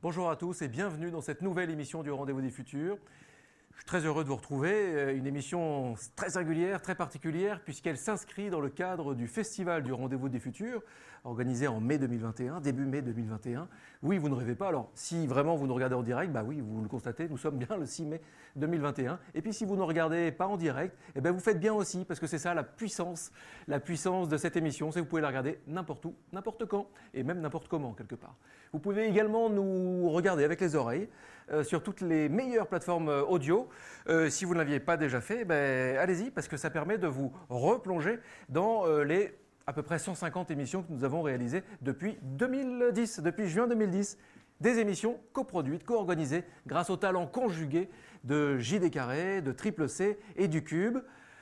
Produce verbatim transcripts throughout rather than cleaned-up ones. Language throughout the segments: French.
Bonjour à tous et bienvenue dans cette nouvelle émission du Rendez-vous des Futurs. Je suis très heureux de vous retrouver, une émission très singulière, très particulière, puisqu'elle s'inscrit dans le cadre du Festival du Rendez-vous des Futurs, organisé en mai deux mille vingt et un, début mai deux mille vingt et un. Oui, vous ne rêvez pas, alors si vraiment vous nous regardez en direct, bah oui, vous le constatez, nous sommes bien le six mai deux mille vingt et un. Et puis si vous ne regardez pas en direct, eh ben vous faites bien aussi, parce que c'est ça la puissance, la puissance de cette émission, c'est que vous pouvez la regarder n'importe où, n'importe quand, et même n'importe comment, quelque part. Vous pouvez également nous regarder avec les oreilles, euh, sur toutes les meilleures plateformes audio. Euh, si vous ne l'aviez pas déjà fait, ben, allez-y, parce que ça permet de vous replonger dans euh, les à peu près cent cinquante émissions que nous avons réalisées depuis deux mille dix, depuis juin deux mille dix. Des émissions coproduites, co-organisées, grâce au talent conjugué de J D Carré, de Triple C et du Cube.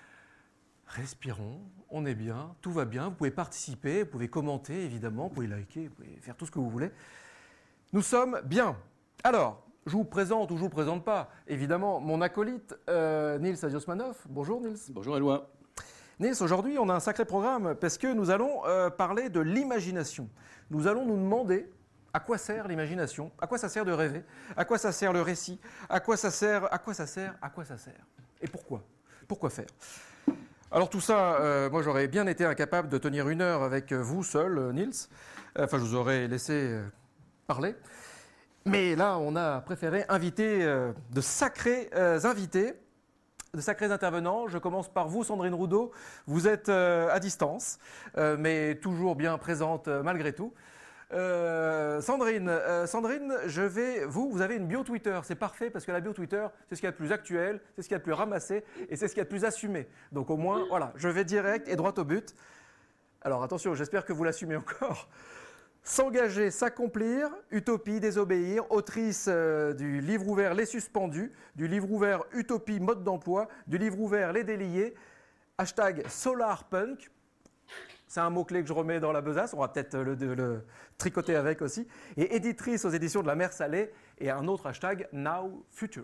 Respirons, on est bien, tout va bien, vous pouvez participer, vous pouvez commenter évidemment, vous pouvez liker, vous pouvez faire tout ce que vous voulez. Nous sommes bien. Alors, je vous présente ou je ne vous présente pas, évidemment, mon acolyte euh, Nils Aziosmanov. Bonjour Nils. Bonjour Éloi. Nils, aujourd'hui on a un sacré programme parce que nous allons euh, parler de l'imagination. Nous allons nous demander à quoi sert l'imagination, à quoi ça sert de rêver, à quoi ça sert le récit, à quoi ça sert, à quoi ça sert, à quoi ça sert et pourquoi, pourquoi faire. Alors tout ça, euh, moi j'aurais bien été incapable de tenir une heure avec vous seul, euh, Nils. Enfin, je vous aurais laissé euh, parler. Mais là, on a préféré inviter euh, de sacrés euh, invités, de sacrés intervenants. Je commence par vous, Sandrine Roudot. Vous êtes euh, à distance, euh, mais toujours bien présente euh, malgré tout. Euh, Sandrine, euh, Sandrine, je vais, vous, vous avez une bio Twitter, c'est parfait parce que la bio Twitter, c'est ce qu'il y a de plus actuel, c'est ce qu'il y a de plus ramassé et c'est ce qu'il y a de plus assumé. Donc au moins, voilà, je vais direct et droit au but. Alors attention, j'espère que vous l'assumez encore. S'engager, s'accomplir, utopie, désobéir, autrice euh, du livre ouvert Les Suspendus, du livre ouvert Utopie, mode d'emploi, du livre ouvert Les Déliés, hashtag SolarPunk. C'est un mot-clé que je remets dans la besace, on va peut-être le, le, le tricoter avec aussi. Et éditrice aux éditions de La Mer Salée et un autre hashtag NowFuture.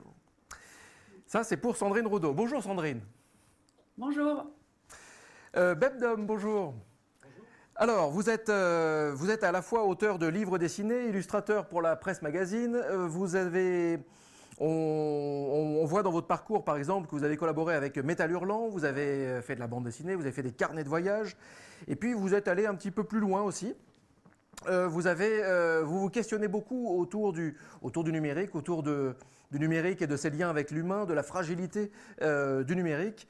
Ça, c'est pour Sandrine Roudot. Bonjour Sandrine. Bonjour. Euh, Bebdom, bonjour. Bonjour. Alors, vous êtes, euh, vous êtes à la fois auteur de livres dessinés, illustrateur pour la presse magazine. Euh, vous avez... On, on, on voit dans votre parcours, par exemple, que vous avez collaboré avec Métal Hurlant, vous avez fait de la bande dessinée, vous avez fait des carnets de voyage, et puis vous êtes allé un petit peu plus loin aussi. Euh, vous, avez, euh, vous vous questionnez beaucoup autour du, autour du numérique, autour de, du numérique et de ses liens avec l'humain, de la fragilité euh, du numérique.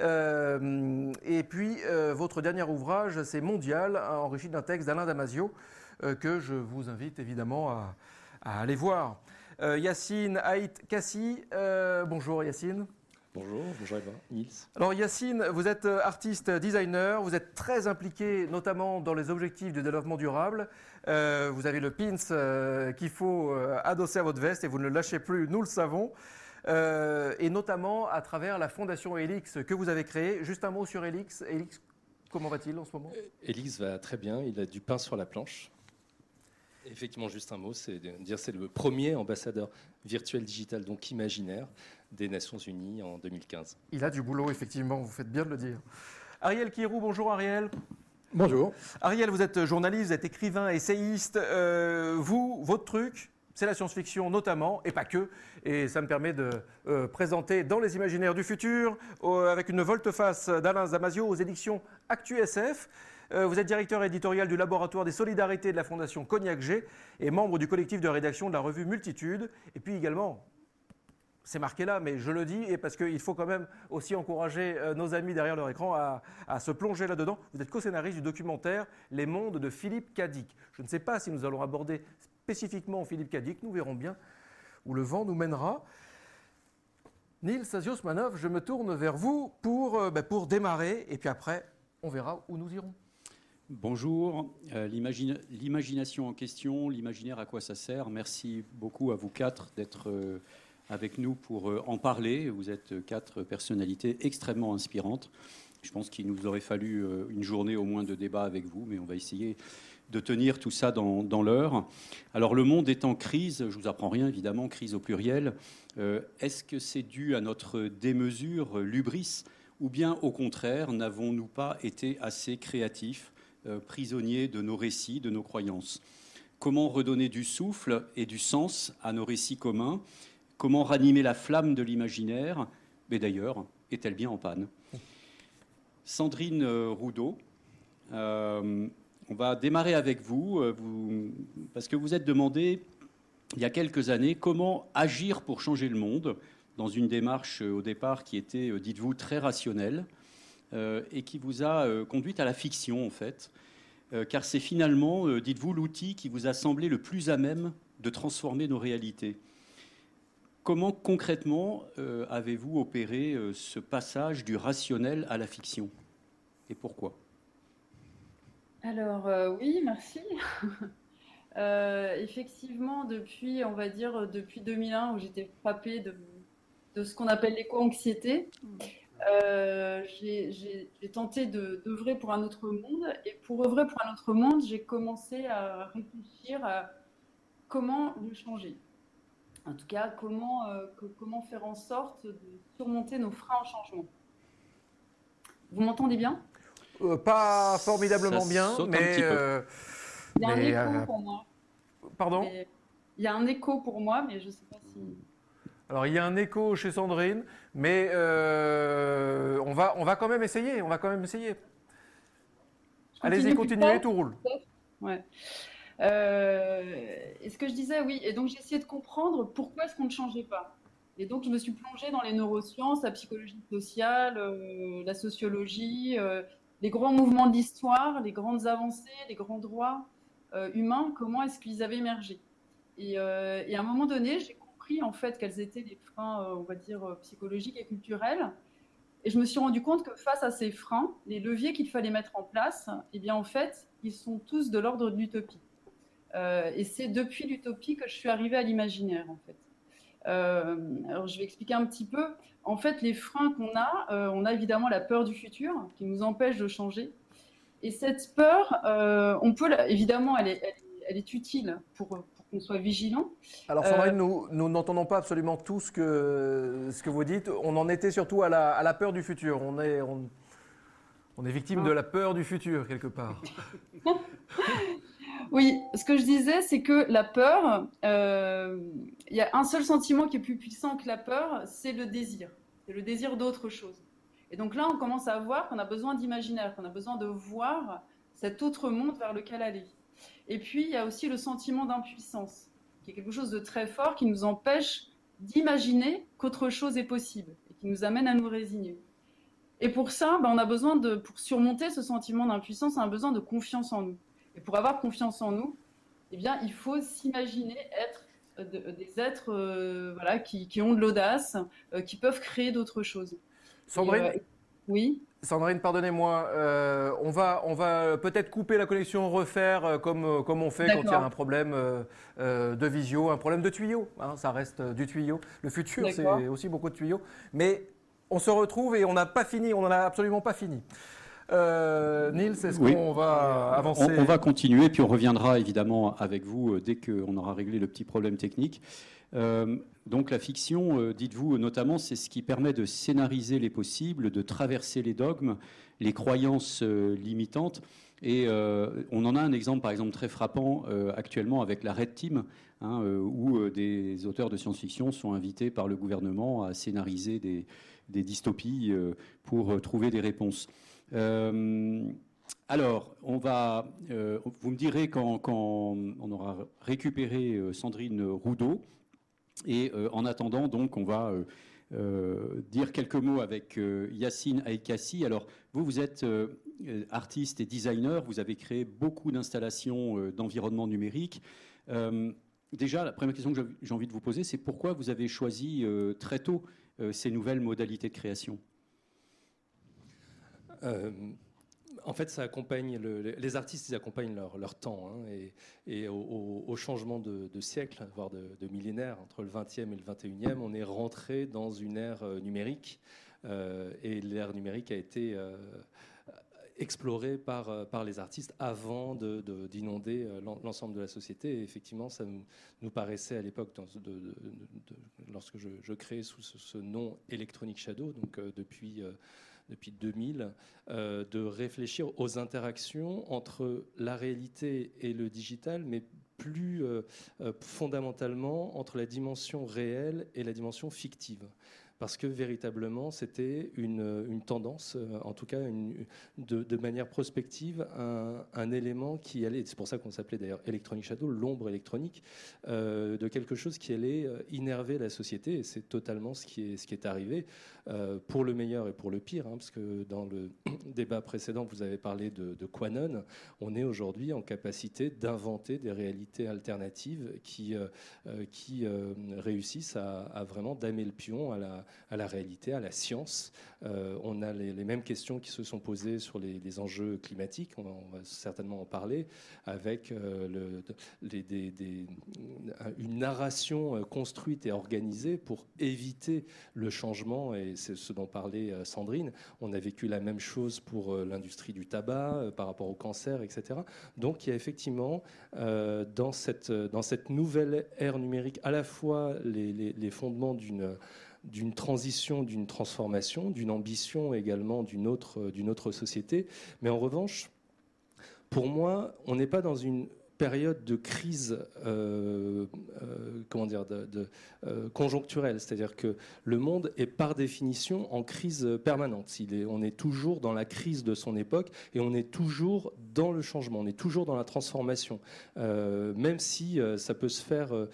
Euh, et puis, euh, votre dernier ouvrage, c'est Mondial, enrichi d'un texte d'Alain Damasio, euh, que je vous invite évidemment à, à aller voir. Euh, Yacine Haït Kassi, euh, bonjour Yacine. Bonjour, bonjour Eva, Nils. Alors Yacine, vous êtes artiste designer, vous êtes très impliqué notamment dans les objectifs de développement durable. Euh, vous avez le pins euh, qu'il faut euh, adosser à votre veste et vous ne le lâchez plus, nous le savons. Euh, et notamment à travers la fondation Helix que vous avez créée. Juste un mot sur Helix. Helix, comment va-t-il en ce moment ? Helix va très bien, il a du pain sur la planche. Effectivement, juste un mot, c'est de dire c'est le premier ambassadeur virtuel digital, donc imaginaire, des Nations Unies en deux mille quinze. Il a du boulot, effectivement, vous faites bien de le dire. Ariel Kirou, bonjour Ariel. Bonjour. Ariel, vous êtes journaliste, vous êtes écrivain, essayiste. Euh, vous, votre truc, c'est la science-fiction notamment, et pas que. Et ça me permet de euh, présenter Dans les imaginaires du futur, euh, avec une volte-face d'Alain Damasio aux éditions Actu S F. Vous êtes directeur éditorial du laboratoire des solidarités de la Fondation Cognac G et membre du collectif de rédaction de la revue Multitude. Et puis également, c'est marqué là, mais je le dis, et parce qu'il faut quand même aussi encourager nos amis derrière leur écran à, à se plonger là-dedans. Vous êtes co-scénariste du documentaire Les Mondes de Philippe Cadic. Je ne sais pas si nous allons aborder spécifiquement Philippe Cadic, nous verrons bien où le vent nous mènera. Nils Aziosmanov, je me tourne vers vous pour, ben, pour démarrer, et puis après, on verra où nous irons. Bonjour, euh, l'imagine, l'imagination en question, l'imaginaire, à quoi ça sert ? Merci beaucoup à vous quatre d'être euh, avec nous pour euh, en parler. Vous êtes quatre personnalités extrêmement inspirantes. Je pense qu'il nous aurait fallu euh, une journée au moins de débat avec vous, mais on va essayer de tenir tout ça dans, dans l'heure. Alors le monde est en crise, je ne vous apprends rien évidemment, crise au pluriel. Euh, est-ce que c'est dû à notre démesure, l'hubris, ou bien au contraire, n'avons-nous pas été assez créatifs ? Euh, prisonniers de nos récits, de nos croyances. comment redonner du souffle et du sens à nos récits communs? Comment ranimer la flamme de l'imaginaire? Mais d'ailleurs, est-elle bien en panne? Sandrine Roudot, euh, on va démarrer avec vous, vous, parce que vous êtes demandé il y a quelques années comment agir pour changer le monde, dans une démarche au départ qui était, dites-vous, très rationnelle, euh, et qui vous a euh, conduite à la fiction, en fait, euh, car c'est finalement, euh, dites-vous, l'outil qui vous a semblé le plus à même de transformer nos réalités. Comment concrètement euh, avez-vous opéré euh, ce passage du rationnel à la fiction? Et pourquoi? Alors, euh, oui, merci. Euh, effectivement, depuis, on va dire, depuis deux mille un, où j'étais frappée de, de ce qu'on appelle l'éco-anxiété, euh, j'ai, j'ai- j'ai tenté de, d'œuvrer pour un autre monde. Et pour œuvrer pour un autre monde, j'ai commencé à réfléchir à comment le changer. En tout cas, comment, euh, que- comment faire en sorte de surmonter nos freins au changement. Vous m'entendez bien? Euh, pas formidablement Ça bien, saute un mais... petit peu. euh, Il y a un mais écho euh, pour moi. pardon? Mais il y a un écho pour moi, mais je ne sais pas si. Alors, il y a un écho chez Sandrine, mais euh, on, va, on va quand même essayer, on va quand même essayer. Je Allez-y, continue plus continuez, tard. tout roule. Ouais. Euh, et ce que je disais, oui. Et donc j'ai essayé de comprendre pourquoi est-ce qu'on ne changeait pas. Et donc je me suis plongée dans les neurosciences, la psychologie sociale, euh, la sociologie, euh, les grands mouvements de l'histoire, les grandes avancées, les grands droits euh, humains. Comment est-ce qu'ils avaient émergé? Et, euh, et à un moment donné, j'ai compris en fait quels étaient les freins, euh, on va dire, euh, psychologiques et culturels. Et je me suis rendu compte que face à ces freins, les leviers qu'il fallait mettre en place, eh bien en fait, ils sont tous de l'ordre de l'utopie. Euh, et c'est depuis l'utopie que je suis arrivée à l'imaginaire, en fait. Euh, alors, je vais expliquer un petit peu. En fait, les freins qu'on a, euh, on a évidemment la peur du futur qui nous empêche de changer. Et cette peur, euh, on peut, la- évidemment, elle est, elle est, elle est utile pour, pour qu'on soit vigilant. Alors Euh, Sandrine, nous nous n'entendons pas absolument tout ce que, ce que vous dites. On en était surtout à la, à la peur du futur. On est, on, on est victime de la peur du futur, quelque part. Oui, ce que je disais, c'est que la peur, euh, il y a un seul sentiment qui est plus puissant que la peur, c'est le désir. C'est le désir d'autre chose. Et donc là, on commence à voir qu'on a besoin d'imaginaire, qu'on a besoin de voir cet autre monde vers lequel aller. Et puis, il y a aussi le sentiment d'impuissance, qui est quelque chose de très fort, qui nous empêche d'imaginer qu'autre chose est possible et qui nous amène à nous résigner. Et pour ça, ben, on a besoin de, pour surmonter ce sentiment d'impuissance, on a besoin de confiance en nous. Et pour avoir confiance en nous, eh bien, il faut s'imaginer être euh, de- des êtres euh, voilà, qui, qui ont de l'audace, euh, qui peuvent créer d'autres choses. Et, Sandrine, euh, oui, Sandrine, pardonnez-moi, euh, on va, on va peut-être couper la connexion, refaire euh, comme, euh, comme on fait quand il y a d'accord, un problème euh, euh, de visio, un problème de tuyau, hein, ça reste euh, du tuyau. Le futur, d'accord. c'est aussi beaucoup de tuyaux. Mais on se retrouve et on n'a pas fini, on n'en a absolument pas fini. Euh, Nils, est-ce Oui. qu'on va On, avancer? on va continuer, puis on reviendra évidemment avec vous euh, dès qu'on aura réglé le petit problème technique. Euh, donc la fiction, euh, dites-vous notamment, c'est ce qui permet de scénariser les possibles, de traverser les dogmes, les croyances euh, limitantes. Et euh, on en a un exemple, par exemple, très frappant euh, actuellement avec la Red Team, hein, euh, où euh, des auteurs de science-fiction sont invités par le gouvernement à scénariser des, des dystopies euh, pour euh, trouver des réponses. Euh, alors, on va, euh, vous me direz quand, quand on aura récupéré euh, Sandrine Roudot. Et euh, en attendant, donc, on va euh, euh, dire quelques mots avec euh, Yacine Aïkassi. Alors, vous, vous êtes euh, artiste et designer. Vous avez créé beaucoup d'installations euh, d'environnement numérique. Euh, déjà, la première question que j'ai envie de vous poser, c'est pourquoi vous avez choisi euh, très tôt euh, ces nouvelles modalités de création? Euh, En fait, ça accompagne le, les artistes, ils accompagnent leur, leur temps hein, et, et au, au, au changement de, de siècle, voire de, de millénaire, entre le vingtième et le vingt et unième, on est rentré dans une ère euh, numérique euh, et l'ère numérique a été euh, explorée par, par les artistes avant de, de, d'inonder l'ensemble de la société. Et effectivement, ça nous, nous paraissait à l'époque, de, de, de, de, lorsque je, je créais sous ce, ce nom Electronic Shadow, donc euh, depuis... Euh, depuis deux mille, euh, de réfléchir aux interactions entre la réalité et le digital, mais plus euh, euh, fondamentalement entre la dimension réelle et la dimension fictive. Parce que véritablement, c'était une, une tendance, en tout cas une, de, de manière prospective, un, un élément qui allait, c'est pour ça qu'on s'appelait d'ailleurs Electronic Shadow, l'ombre électronique, euh, de quelque chose qui allait innerver la société, et c'est totalement ce qui est, ce qui est arrivé, euh, pour le meilleur et pour le pire, hein, parce que dans le débat précédent, vous avez parlé de, de Quanon, on est aujourd'hui en capacité d'inventer des réalités alternatives qui, euh, qui euh, réussissent à, à vraiment damer le pion à la à la réalité, à la science. Euh, on a les, les mêmes questions qui se sont posées sur les, les enjeux climatiques, on, on va certainement en parler, avec euh, le, les, des, des, une narration construite et organisée pour éviter le changement, et c'est ce dont parlait Sandrine. On a vécu la même chose pour l'industrie du tabac, euh, par rapport au cancer, et cetera. Donc il y a effectivement, euh, dans, cette, dans cette nouvelle ère numérique, à la fois les, les, les fondements d'une d'une transition, d'une transformation, d'une ambition également d'une autre, d'une autre société. Mais en revanche, pour moi, on n'est pas dans une période de crise euh, euh, comment dire, de, de, euh, conjoncturelle, c'est-à-dire que le monde est par définition en crise permanente. Il est, on est toujours dans la crise de son époque et on est toujours dans le changement, on est toujours dans la transformation, euh, même si euh, ça peut se faire euh,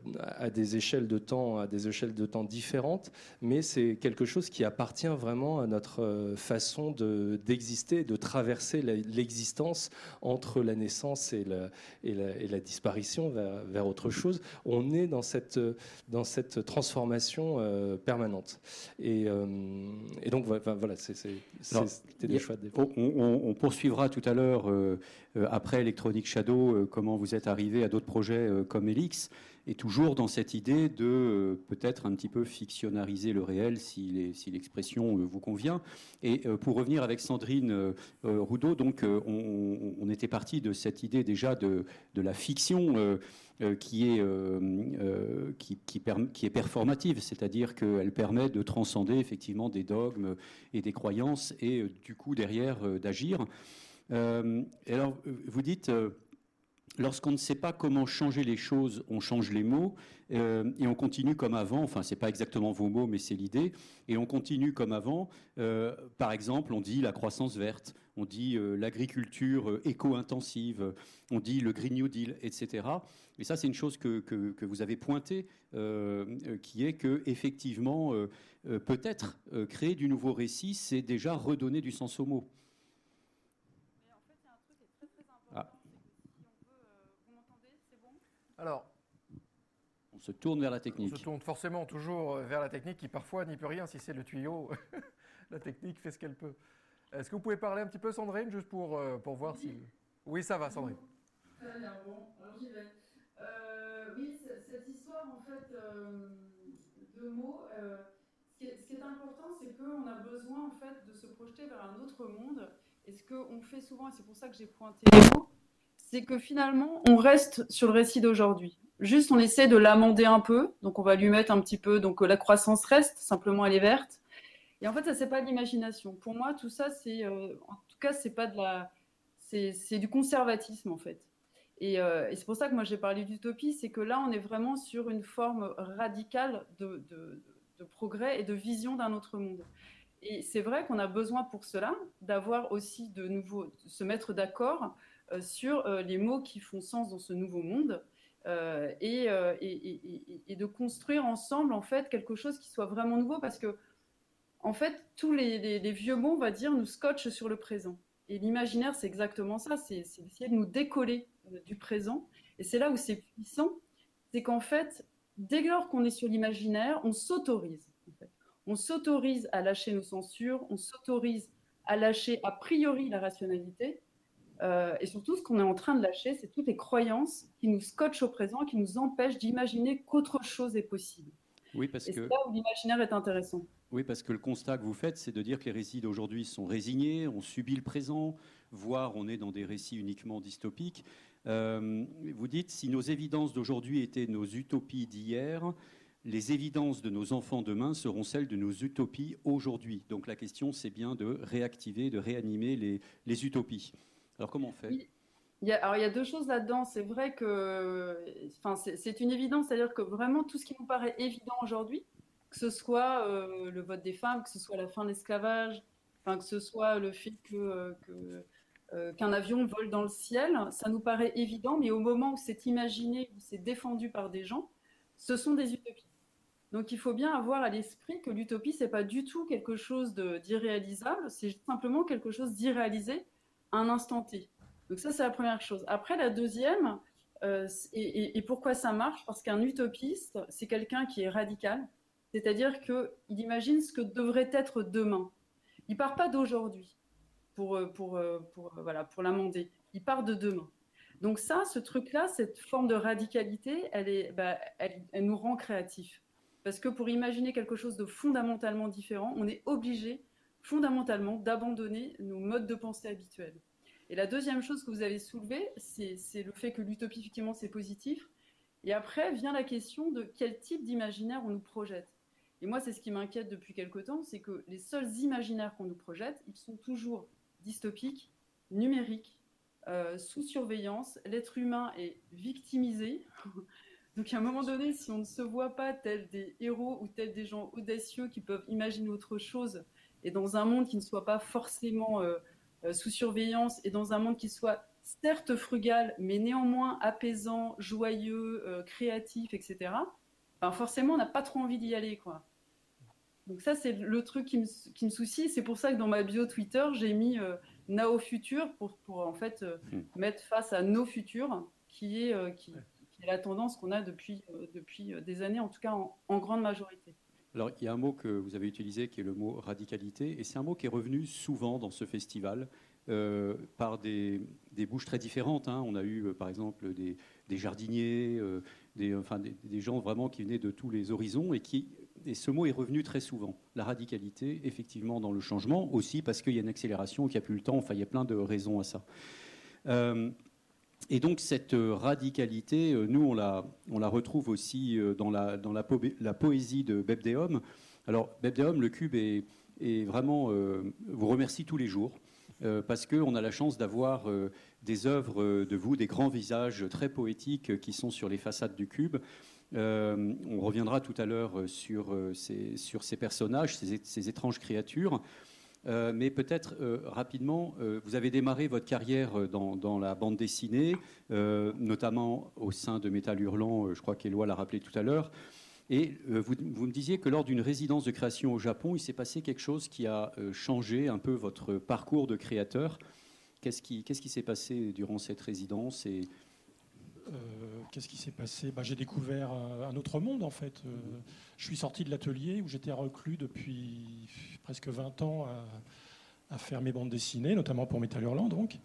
à des échelles de temps, à des échelles de temps différentes, mais c'est quelque chose qui appartient vraiment à notre façon de, d'exister, de traverser la, l'existence entre la naissance et la Et la, et la disparition vers, vers autre chose. On est dans cette, dans cette transformation euh, permanente. Et, euh, et donc, voilà, c'est, c'est, Alors, c'était des choix de on, on, on poursuivra tout à l'heure, euh, après Electronic Shadow, euh, comment vous êtes arrivé à d'autres projets euh, comme Helix, et toujours dans cette idée de euh, peut-être un petit peu fictionnariser le réel, si, les, si l'expression euh, vous convient. Et euh, pour revenir avec Sandrine euh, Roudot, donc euh, on, on était parti de cette idée déjà de, de la fiction euh, euh, qui, est, euh, euh, qui, qui, per, qui est performative, c'est-à-dire qu'elle permet de transcender effectivement des dogmes et des croyances et euh, du coup derrière euh, d'agir. Euh, et alors vous dites... Euh, Lorsqu'on ne sait pas comment changer les choses, on change les mots euh, et on continue comme avant. Enfin, c'est pas exactement vos mots, mais c'est l'idée. Et on continue comme avant. Euh, par exemple, on dit la croissance verte, on dit euh, l'agriculture euh, éco-intensive, on dit le Green New Deal, et cetera. Et ça, c'est une chose que, que, que vous avez pointée, euh, qui est que effectivement, euh, euh, peut-être euh, créer du nouveau récit, c'est déjà redonner du sens aux mots. Mais en fait, il y a un truc qui est très très important. Ah. Alors, on se tourne vers la technique. On se tourne forcément toujours vers la technique qui parfois n'y peut rien si c'est le tuyau. La technique fait ce qu'elle peut. Est-ce que vous pouvez parler un petit peu, Sandrine, juste pour, pour voir oui. si... Oui, ça va, Sandrine. Très bien, bon, alors j'y vais. Euh, oui, cette histoire, en fait, euh, de mots, euh, ce, qui est, ce qui est important, c'est qu'on a besoin, en fait, de se projeter vers un autre monde. Et ce qu'on fait souvent, et c'est pour ça que j'ai pointé les mots, c'est que finalement, on reste sur le récit d'aujourd'hui. Juste, on essaie de l'amender un peu. Donc, on va lui mettre un petit peu... Donc, la croissance reste, simplement, elle est verte. Et en fait, ça, c'est pas de l'imagination. Pour moi, tout ça, c'est... Euh, en tout cas, c'est pas de la... C'est, c'est du conservatisme, en fait. Et, euh, et c'est pour ça que moi, j'ai parlé d'utopie. C'est que là, on est vraiment sur une forme radicale de, de, de progrès et de vision d'un autre monde. Et c'est vrai qu'on a besoin pour cela d'avoir aussi de nouveau... de se mettre d'accord Euh, sur euh, les mots qui font sens dans ce nouveau monde euh, et, euh, et, et, et de construire ensemble en fait quelque chose qui soit vraiment nouveau parce que en fait tous les, les, les vieux mots on va dire nous scotchent sur le présent et l'imaginaire c'est exactement ça, c'est, c'est essayer de nous décoller euh, du présent et c'est là où c'est puissant, c'est qu'en fait dès lors qu'on est sur l'imaginaire on s'autorise en fait. On s'autorise à lâcher nos censures, on s'autorise à lâcher a priori la rationalité. Euh, et surtout, ce qu'on est en train de lâcher, c'est toutes les croyances qui nous scotchent au présent, qui nous empêchent d'imaginer qu'autre chose est possible. Oui, parce et que... c'est là où l'imaginaire est intéressant. Oui, parce que le constat que vous faites, c'est de dire que les récits d'aujourd'hui sont résignés, on subit le présent, voire on est dans des récits uniquement dystopiques. Euh, vous dites, si nos évidences d'aujourd'hui étaient nos utopies d'hier, les évidences de nos enfants demain seront celles de nos utopies aujourd'hui. Donc la question, c'est bien de réactiver, de réanimer les, les utopies. Alors comment on fait ? Oui. Il y a, alors, il y a deux choses là-dedans. C'est vrai que, enfin, c'est c'est une évidence, c'est-à-dire que vraiment tout ce qui nous paraît évident aujourd'hui, que ce soit euh, le vote des femmes, que ce soit la fin de l'esclavage, enfin, que ce soit le fait que, euh, que, euh, qu'un avion vole dans le ciel, ça nous paraît évident, mais au moment où c'est imaginé, où c'est défendu par des gens, ce sont des utopies. Donc il faut bien avoir à l'esprit que l'utopie, c'est pas du tout quelque chose de- d'irréalisable, c'est simplement quelque chose d'irréalisé à un instant T. Donc ça, c'est la première chose. Après, la deuxième, euh, et, et- et pourquoi ça marche? Parce qu'un utopiste, c'est quelqu'un qui est radical, c'est-à-dire qu'il imagine ce que devrait être demain. Il part pas d'aujourd'hui pour, euh, pour, euh, pour, euh, voilà, pour l'amender, il part de demain. Donc ça, ce truc-là, cette forme de radicalité, elle, est, bah, elle, elle nous rend créatifs. Parce que pour imaginer quelque chose de fondamentalement différent, on est obligé fondamentalement d'abandonner nos modes de pensée habituels. Et la deuxième chose que vous avez soulevée, c'est c'est le fait que l'utopie, effectivement, c'est positif. Et après vient la question de quel type d'imaginaire on nous projette. Et moi, c'est ce qui m'inquiète depuis quelque temps, c'est que les seuls imaginaires qu'on nous projette, ils sont toujours dystopiques, numériques, euh, sous surveillance. L'être humain est victimisé. Donc à un moment donné, si on ne se voit pas tels des héros ou tels des gens audacieux qui peuvent imaginer autre chose, et dans un monde qui ne soit pas forcément euh, euh, sous surveillance, et dans un monde qui soit certes frugal, mais néanmoins apaisant, joyeux, euh, créatif, et cetera, ben forcément, on n'a pas trop envie d'y aller, quoi. Donc ça, c'est le truc qui me, qui me soucie. C'est pour ça que dans ma bio Twitter, j'ai mis euh, Nao Futur pour, pour en fait euh, Mm. mettre face à nos futurs, qui est, euh, qui, qui est la tendance qu'on a depuis, euh, depuis des années, en tout cas en, en grande majorité. Alors, il y a un mot que vous avez utilisé qui est le mot radicalité, et c'est un mot qui est revenu souvent dans ce festival euh, par des, des bouches très différentes. Hein. On a eu, euh, par exemple, des, des jardiniers, euh, des, enfin, des, des gens vraiment qui venaient de tous les horizons, et, qui, et ce mot est revenu très souvent. La radicalité, effectivement, dans le changement, aussi parce qu'il y a une accélération, qu'il n'y a plus le temps, enfin, il y a plein de raisons à ça. Euh, Et donc cette radicalité, nous on la, on la retrouve aussi dans la, dans la, po- la poésie de Bebdeum. Alors Bebdeum, le cube est, est vraiment, euh, vous remercie tous les jours euh, parce qu'on a la chance d'avoir euh, des œuvres de vous, des grands visages très poétiques qui sont sur les façades du cube. Euh, on reviendra tout à l'heure sur, euh, ces, sur ces personnages, ces, ces étranges créatures. Euh, mais peut-être euh, rapidement, euh, vous avez démarré votre carrière dans, dans la bande dessinée, euh, notamment au sein de Métal Hurlant, euh, je crois qu'Éloi l'a rappelé tout à l'heure. Et euh, vous, vous me disiez que lors d'une résidence de création au Japon, il s'est passé quelque chose qui a euh, changé un peu votre parcours de créateur. Qu'est-ce qui, qu'est-ce qui s'est passé durant cette résidence et... Euh, Qu'est-ce qui s'est passé bah, J'ai découvert un, un autre monde, en fait. Euh, je suis sorti de l'atelier où j'étais reclus depuis presque vingt ans à, à faire mes bandes dessinées, notamment pour Métal Hurlant, donc.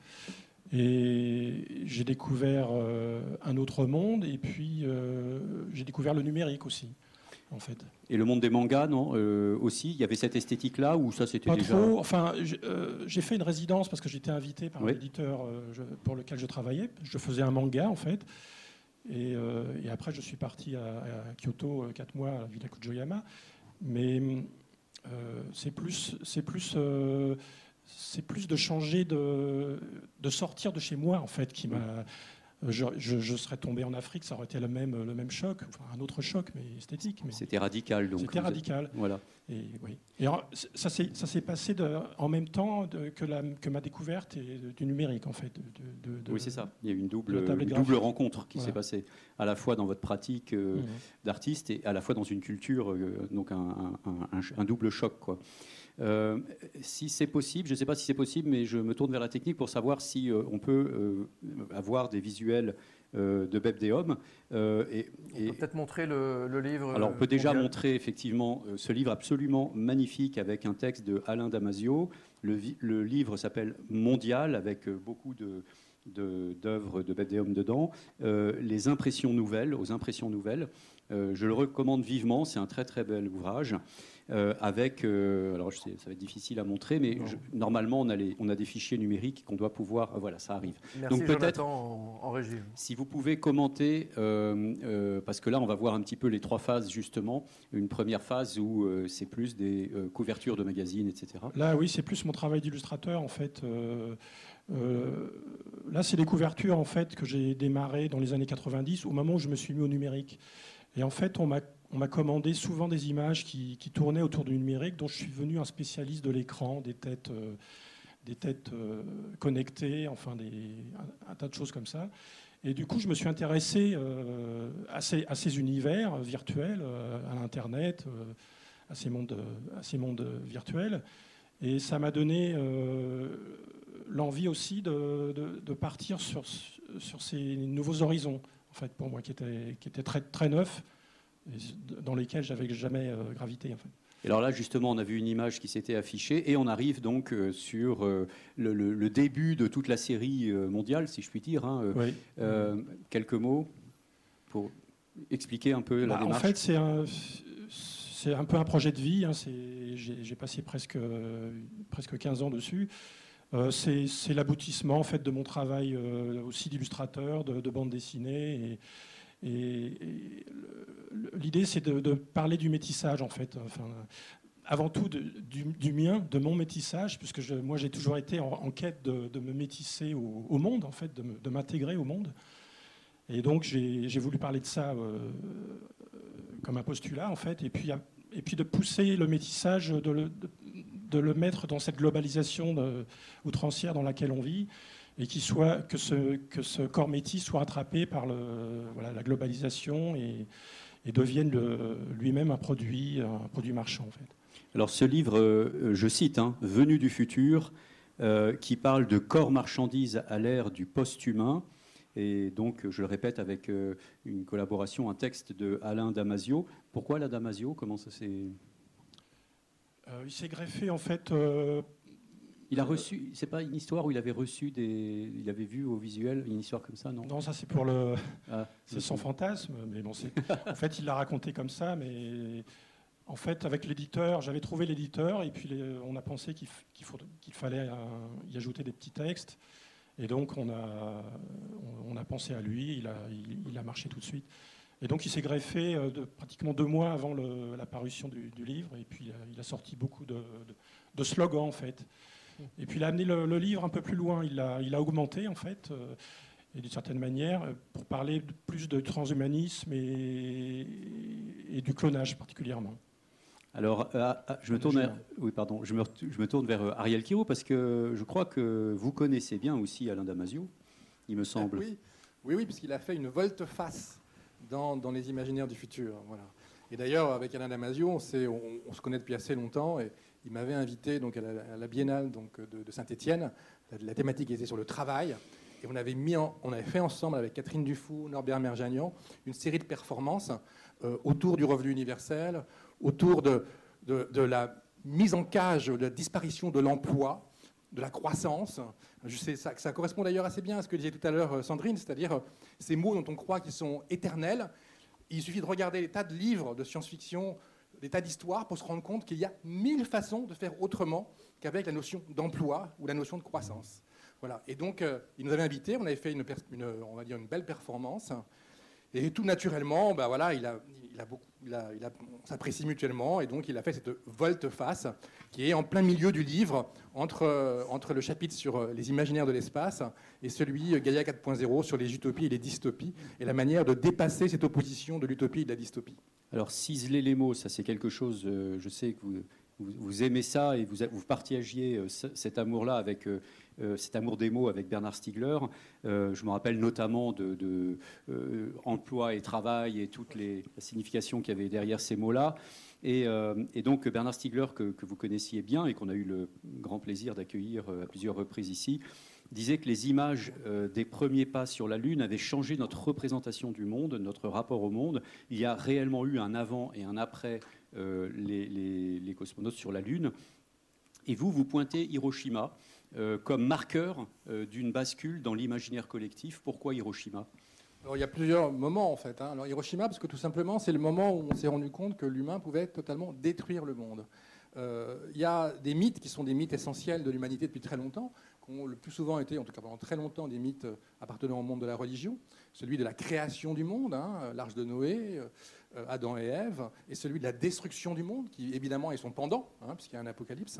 Et j'ai découvert euh, un autre monde, et puis euh, j'ai découvert le numérique aussi, en fait. Et le monde des mangas, non euh, aussi, il y avait cette esthétique-là, ou ça c'était Pas déjà... trop. Enfin, j'ai euh, j'ai fait une résidence parce que j'étais invité par Oui. un éditeur euh, je- pour lequel je travaillais. Je faisais un manga, en fait. Et, euh, et après, je suis parti à, à Kyoto euh, quatre mois à la Villa Kujoyama. Mais euh, c'est plus, c'est plus, euh, c'est plus de changer, de, de sortir de chez moi, en fait, qui m'a. Je, je, je serais tombé en Afrique, ça aurait été le même, le même choc, enfin un autre choc, mais esthétique. Mais C'était radical, donc. c'était radical. Voilà. Et, oui. et alors, ça s'est ça s'est passé de, en même temps de, que, la, que ma découverte et de, du numérique, en fait. De, de, de, Oui, c'est ça. Il y a eu une la double, tablette une double graphique. rencontre qui Voilà. s'est passée, à la fois dans votre pratique euh, Mmh. d'artiste et à la fois dans une culture, euh, donc un, un, un, un double choc, quoi. Euh, si c'est possible, je ne sais pas si c'est possible, mais je me tourne vers la technique pour savoir si euh, on peut euh, avoir des visuels euh, de Bebdeum. Euh, et, On et- peut peut-être montrer le, le livre. alors, on peut euh, déjà mondial. montrer effectivement euh, ce livre absolument magnifique avec un texte de Alain Damasio. Le, vi- le livre s'appelle Mondial avec euh, beaucoup de, de- d'œuvres de Bebdeum dedans. Euh, les impressions nouvelles, aux impressions nouvelles. Euh, je le recommande vivement, c'est un très très bel ouvrage. euh, avec, euh, alors je sais, ça va être difficile à montrer, mais je, normalement on a, les, on a des fichiers numériques qu'on doit pouvoir, euh, voilà, ça arrive. Merci. Donc peut-être en, en régie. Si vous pouvez commenter, euh, euh, parce que là on va voir un petit peu les trois phases justement, une première phase où euh, c'est plus des euh, couvertures de magazines, et cetera. Là oui, c'est plus mon travail d'illustrateur en fait. Euh, euh, là c'est des couvertures en fait que j'ai démarré dans les années quatre-vingt-dix, au moment où je me suis mis au numérique. Et en fait on m'a On m'a commandé souvent des images qui, qui tournaient autour du numérique, dont je suis devenu un spécialiste de l'écran, des têtes, euh, des têtes euh, connectées, enfin des, un, un tas de choses comme ça. Et du coup, je me suis intéressé euh, à, ces, à ces univers virtuels, euh, à l'Internet, euh, à ces mondes, à ces mondes virtuels. Et ça m'a donné euh, l'envie aussi de, de, de partir sur, sur ces nouveaux horizons, en fait, pour moi, qui étaient, qui étaient très, très neufs, dans lesquels j'avais jamais euh, gravité. En fait. Et alors là, justement, on a vu une image qui s'était affichée et on arrive donc euh, sur euh, le, le, le début de toute la série euh, mondiale, si je puis dire. Hein. Oui. Euh, quelques mots pour expliquer un peu bah, la démarche. En fait, c'est un, c'est un peu un projet de vie. Hein. J'ai, j'ai passé presque, presque quinze ans dessus. Euh, c'est, c'est l'aboutissement en fait, de mon travail euh, aussi d'illustrateur, de, de bande dessinée. Et, Et, et l'idée, c'est de, de parler du métissage, en fait. Enfin, avant tout, de, du, du mien, de mon métissage, puisque je, moi, j'ai toujours été en, en quête de, de me métisser au, au monde, en fait, de, me, de m'intégrer au monde. Et donc, j'ai, j'ai voulu parler de ça euh, comme un postulat, en fait, et puis, et puis de pousser le métissage, de le, de, de le mettre dans cette globalisation de, outrancière dans laquelle on vit, et qu'il soit, que, ce, que ce corps métis soit attrapé par le, voilà, la globalisation et, et devienne le, lui-même un produit, un produit marchand, en fait. Alors ce livre, euh, je cite, hein, « Venu du futur euh, », qui parle de corps marchandise à l'ère du post-humain, et donc, je le répète, avec euh, une collaboration, un texte de Alain Damasio. Pourquoi Alain Damasio ? Comment ça s'est... Euh, il s'est greffé, en fait... Euh, Il a reçu, c'est pas une histoire où il avait reçu des, il avait vu au visuel une histoire comme ça, non ? Non, ça c'est pour le, ah, c'est son fantasme, mais bon, c'est, en fait il l'a raconté comme ça, mais en fait avec l'éditeur, j'avais trouvé l'éditeur et puis les, on a pensé qu'il, qu'il, faut, qu'il fallait un, y ajouter des petits textes et donc on a, on, on a pensé à lui, il a, il, il a marché tout de suite. Et donc il s'est greffé de, pratiquement deux mois avant le, la parution du, du livre et puis il a, il a sorti beaucoup de, de, de slogans en fait. Et puis il a amené le, le livre un peu plus loin, il l'a il a augmenté en fait, euh, et d'une certaine manière, pour parler de, plus de transhumanisme et, et du clonage particulièrement. Alors, euh, je, me tourne vers, oui, pardon, je, me, je me tourne vers Ariel Quiro parce que je crois que vous connaissez bien aussi Alain Damasio, il me semble. Oui, oui, oui puisqu'il a fait une volte-face dans, dans les imaginaires du futur. Voilà. Et d'ailleurs, avec Alain Damasio, on, on, on se connaît depuis assez longtemps. Et, il m'avait invité donc, à, la, à la Biennale donc, de, de Saint-Étienne. La, la thématique était sur le travail. Et on avait, mis en, on avait fait ensemble avec Catherine Dufour, Norbert Merjanian, une série de performances euh, autour du revenu universel, autour de, de, de la mise en cage, de la disparition de l'emploi, de la croissance. Je sais, ça, ça correspond d'ailleurs assez bien à ce que disait tout à l'heure Sandrine, c'est-à-dire ces mots dont on croit qu'ils sont éternels. Il suffit de regarder les tas de livres de science-fiction, des tas d'histoires pour se rendre compte qu'il y a mille façons de faire autrement qu'avec la notion d'emploi ou la notion de croissance. Voilà. Et donc, euh, il nous avait invités, on avait fait une, une, on va dire une belle performance. Et tout naturellement, bah voilà, il a, il a beaucoup, il a, il a, on s'apprécie mutuellement. Et donc, il a fait cette volte-face qui est en plein milieu du livre, entre, entre le chapitre sur les imaginaires de l'espace et celui Gaïa quatre point zéro sur les utopies et les dystopies, et la manière de dépasser cette opposition de l'utopie et de la dystopie. Alors, ciseler les mots, ça c'est quelque chose, euh, je sais que vous, vous, vous aimez ça et vous, vous partagiez euh, cet amour-là avec euh, euh, cet amour des mots avec Bernard Stiegler. Euh, je me rappelle notamment de, de euh, emploi et travail et toute les, la signification qu'il y avait derrière ces mots-là. Et, euh, et donc Bernard Stiegler, que, que vous connaissiez bien et qu'on a eu le grand plaisir d'accueillir à plusieurs reprises ici, disait que les images euh, des premiers pas sur la Lune avaient changé notre représentation du monde, notre rapport au monde. Il y a réellement eu un avant et un après euh, les, les, les cosmonautes sur la Lune. Et vous, vous pointez Hiroshima euh, comme marqueur euh, d'une bascule dans l'imaginaire collectif. Pourquoi Hiroshima ? Alors, il y a plusieurs moments, en fait. Hein. Alors, Hiroshima, parce que tout simplement, c'est le moment où on s'est rendu compte que l'humain pouvait totalement détruire le monde. Euh, il y a des mythes qui sont des mythes essentiels de l'humanité depuis très longtemps, qui ont le plus souvent été, en tout cas pendant très longtemps, des mythes appartenant au monde de la religion. Celui de la création du monde, hein, l'Arche de Noé, euh, Adam et Ève, et celui de la destruction du monde, qui évidemment est son pendant, hein, puisqu'il y a un apocalypse.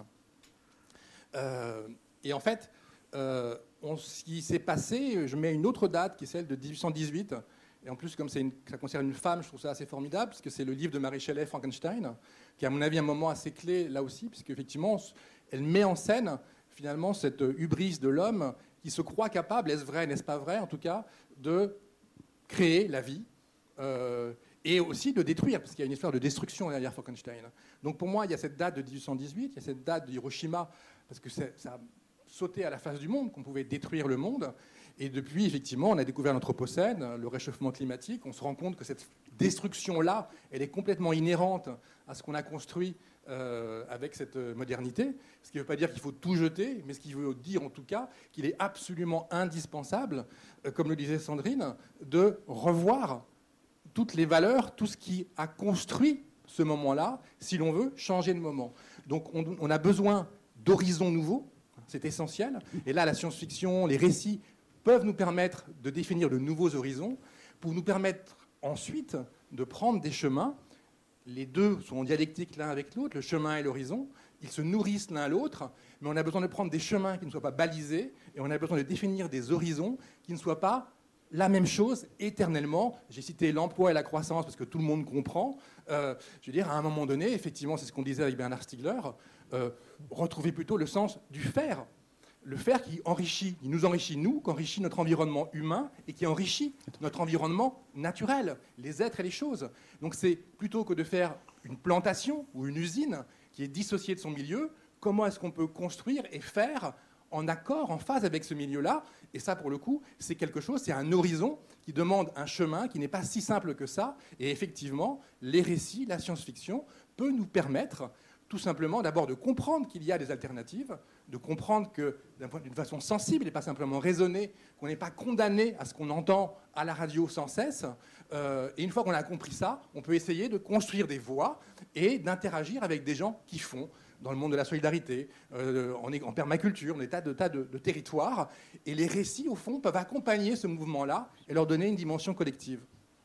Euh, et en fait... Euh, on, ce qui s'est passé, je mets une autre date qui est celle de dix-huit cent dix-huit. Et en plus, comme une, ça concerne une femme, je trouve ça assez formidable, parce que c'est le livre de Mary Shelley, Frankenstein, qui est à mon avis un moment assez clé là aussi, puisqu'effectivement, elle met en scène finalement cette hubris de l'homme qui se croit capable, est-ce vrai, n'est-ce pas vrai, en tout cas, de créer la vie euh, et aussi de détruire, parce qu'il y a une histoire de destruction derrière Frankenstein. Donc pour moi, il y a cette date de dix-huit cent dix-huit, il y a cette date de Hiroshima, parce que ça a sauté à la face du monde, qu'on pouvait détruire le monde. Et depuis, effectivement, on a découvert l'Anthropocène, le réchauffement climatique. On se rend compte que cette destruction-là, elle est complètement inhérente à ce qu'on a construit euh, avec cette modernité. Ce qui ne veut pas dire qu'il faut tout jeter, mais ce qui veut dire en tout cas qu'il est absolument indispensable, euh, comme le disait Sandrine, de revoir toutes les valeurs, tout ce qui a construit ce moment-là, si l'on veut changer de moment. Donc on, on a besoin d'horizons nouveaux, c'est essentiel. Et là, la science-fiction, les récits peuvent nous permettre de définir de nouveaux horizons, pour nous permettre ensuite de prendre des chemins. Les deux sont en dialectique l'un avec l'autre, le chemin et l'horizon. Ils se nourrissent l'un l'autre, mais on a besoin de prendre des chemins qui ne soient pas balisés, et on a besoin de définir des horizons qui ne soient pas la même chose éternellement. J'ai cité l'emploi et la croissance parce que tout le monde comprend. Euh, je veux dire, à un moment donné, effectivement, c'est ce qu'on disait avec Bernard Stiegler, euh, retrouver plutôt le sens du faire. Le faire qui enrichit, qui nous enrichit nous, qui enrichit notre environnement humain et qui enrichit notre environnement naturel, les êtres et les choses. Donc c'est plutôt que de faire une plantation ou une usine qui est dissociée de son milieu, comment est-ce qu'on peut construire et faire en accord, en phase avec ce milieu-là. Et ça, pour le coup, c'est quelque chose, c'est un horizon qui demande un chemin qui n'est pas si simple que ça. Et effectivement, les récits, la science-fiction peut nous permettre tout simplement d'abord de comprendre qu'il y a des alternatives, de comprendre que d'une façon sensible et pas simplement raisonnée, qu'on n'est pas condamné à ce qu'on entend à la radio sans cesse. Euh, et une fois qu'on a compris ça, on peut essayer de construire des voies et d'interagir avec des gens qui font dans le monde de la solidarité, euh, en, en permaculture, des tas de, tas de, de territoires. Et les récits, au fond, peuvent accompagner ce mouvement-là et leur donner une dimension collective.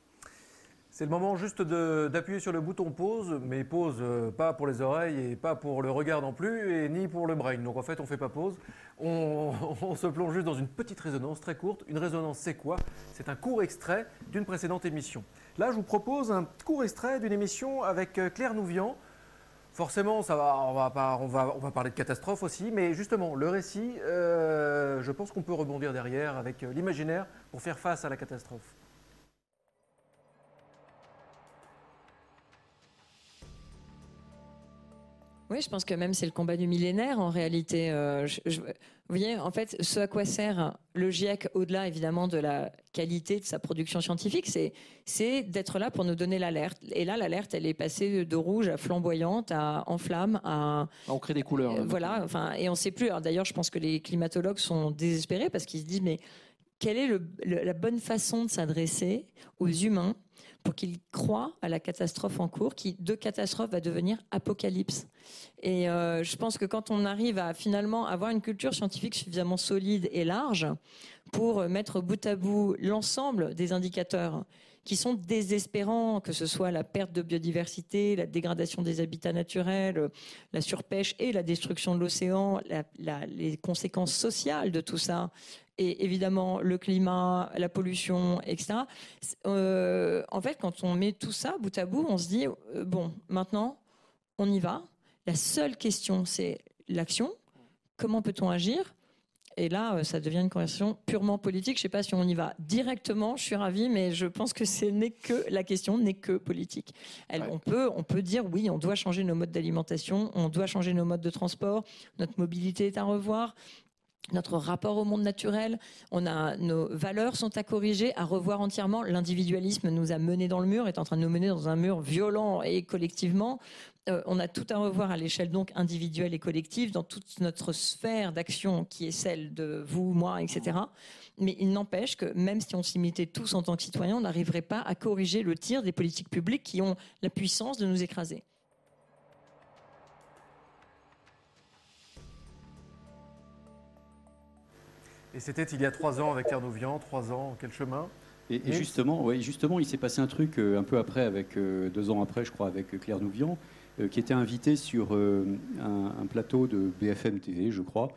C'est le moment juste de, d'appuyer sur le bouton pause, mais pause euh, pas pour les oreilles et pas pour le regard non plus, et ni pour le brain. Donc en fait, on ne fait pas pause. On, on se plonge juste dans une petite résonance très courte. Une résonance, c'est quoi? C'est un court extrait d'une précédente émission. Là, je vous propose un court extrait d'une émission avec Claire Nouvian. Forcément, ça va, on, va pas, on, va, on va parler de catastrophe aussi, mais justement, le récit, euh, je pense qu'on peut rebondir derrière avec l'imaginaire pour faire face à la catastrophe. Oui, je pense que même c'est le combat du millénaire en réalité. Euh, je, je, vous voyez, en fait, ce à quoi sert le GIEC, au-delà évidemment de la qualité de sa production scientifique, c'est, c'est d'être là pour nous donner l'alerte. Et là, l'alerte, elle est passée de rouge à flamboyante, à en flamme, à... On crée des couleurs. Euh, voilà, enfin, et on ne sait plus. Alors, d'ailleurs, je pense que les climatologues sont désespérés parce qu'ils se disent, mais quelle est le, le, la bonne façon de s'adresser aux humains pour qu'ils croient à la catastrophe en cours, qui de catastrophe va devenir apocalypse. Et euh, je pense que quand on arrive à finalement avoir une culture scientifique suffisamment solide et large pour mettre bout à bout l'ensemble des indicateurs qui sont désespérants, que ce soit la perte de biodiversité, la dégradation des habitats naturels, la surpêche et la destruction de l'océan, la, la, les conséquences sociales de tout ça, et évidemment le climat, la pollution, et cetera. Euh, en fait, quand on met tout ça bout à bout, on se dit, euh, bon, maintenant, on y va. La seule question, c'est l'action. Comment peut-on agir ? Et là, ça devient une conversation purement politique. Je ne sais pas si on y va directement, je suis ravie, mais je pense que ce n'est que, la question n'est que politique. Elle, ouais. on, peut, on peut dire, oui, on doit changer nos modes d'alimentation, on doit changer nos modes de transport, notre mobilité est à revoir, notre rapport au monde naturel, on a, nos valeurs sont à corriger, à revoir entièrement. L'individualisme nous a menés dans le mur, est en train de nous mener dans un mur violent et collectivement. euh, on a tout à revoir à l'échelle donc individuelle et collective dans toute notre sphère d'action qui est celle de vous, moi, et cetera. Mais il n'empêche que même si on s'imitait tous en tant que citoyens, on n'arriverait pas à corriger le tir des politiques publiques qui ont la puissance de nous écraser. Et c'était il y a trois ans avec Claire Nouvian, trois ans, quel chemin? Et, et justement, ouais, justement, il s'est passé un truc euh, un peu après, avec, euh, deux ans après, je crois, avec Claire Nouvian, euh, qui était invitée sur euh, un, un plateau de B F M T V, je crois.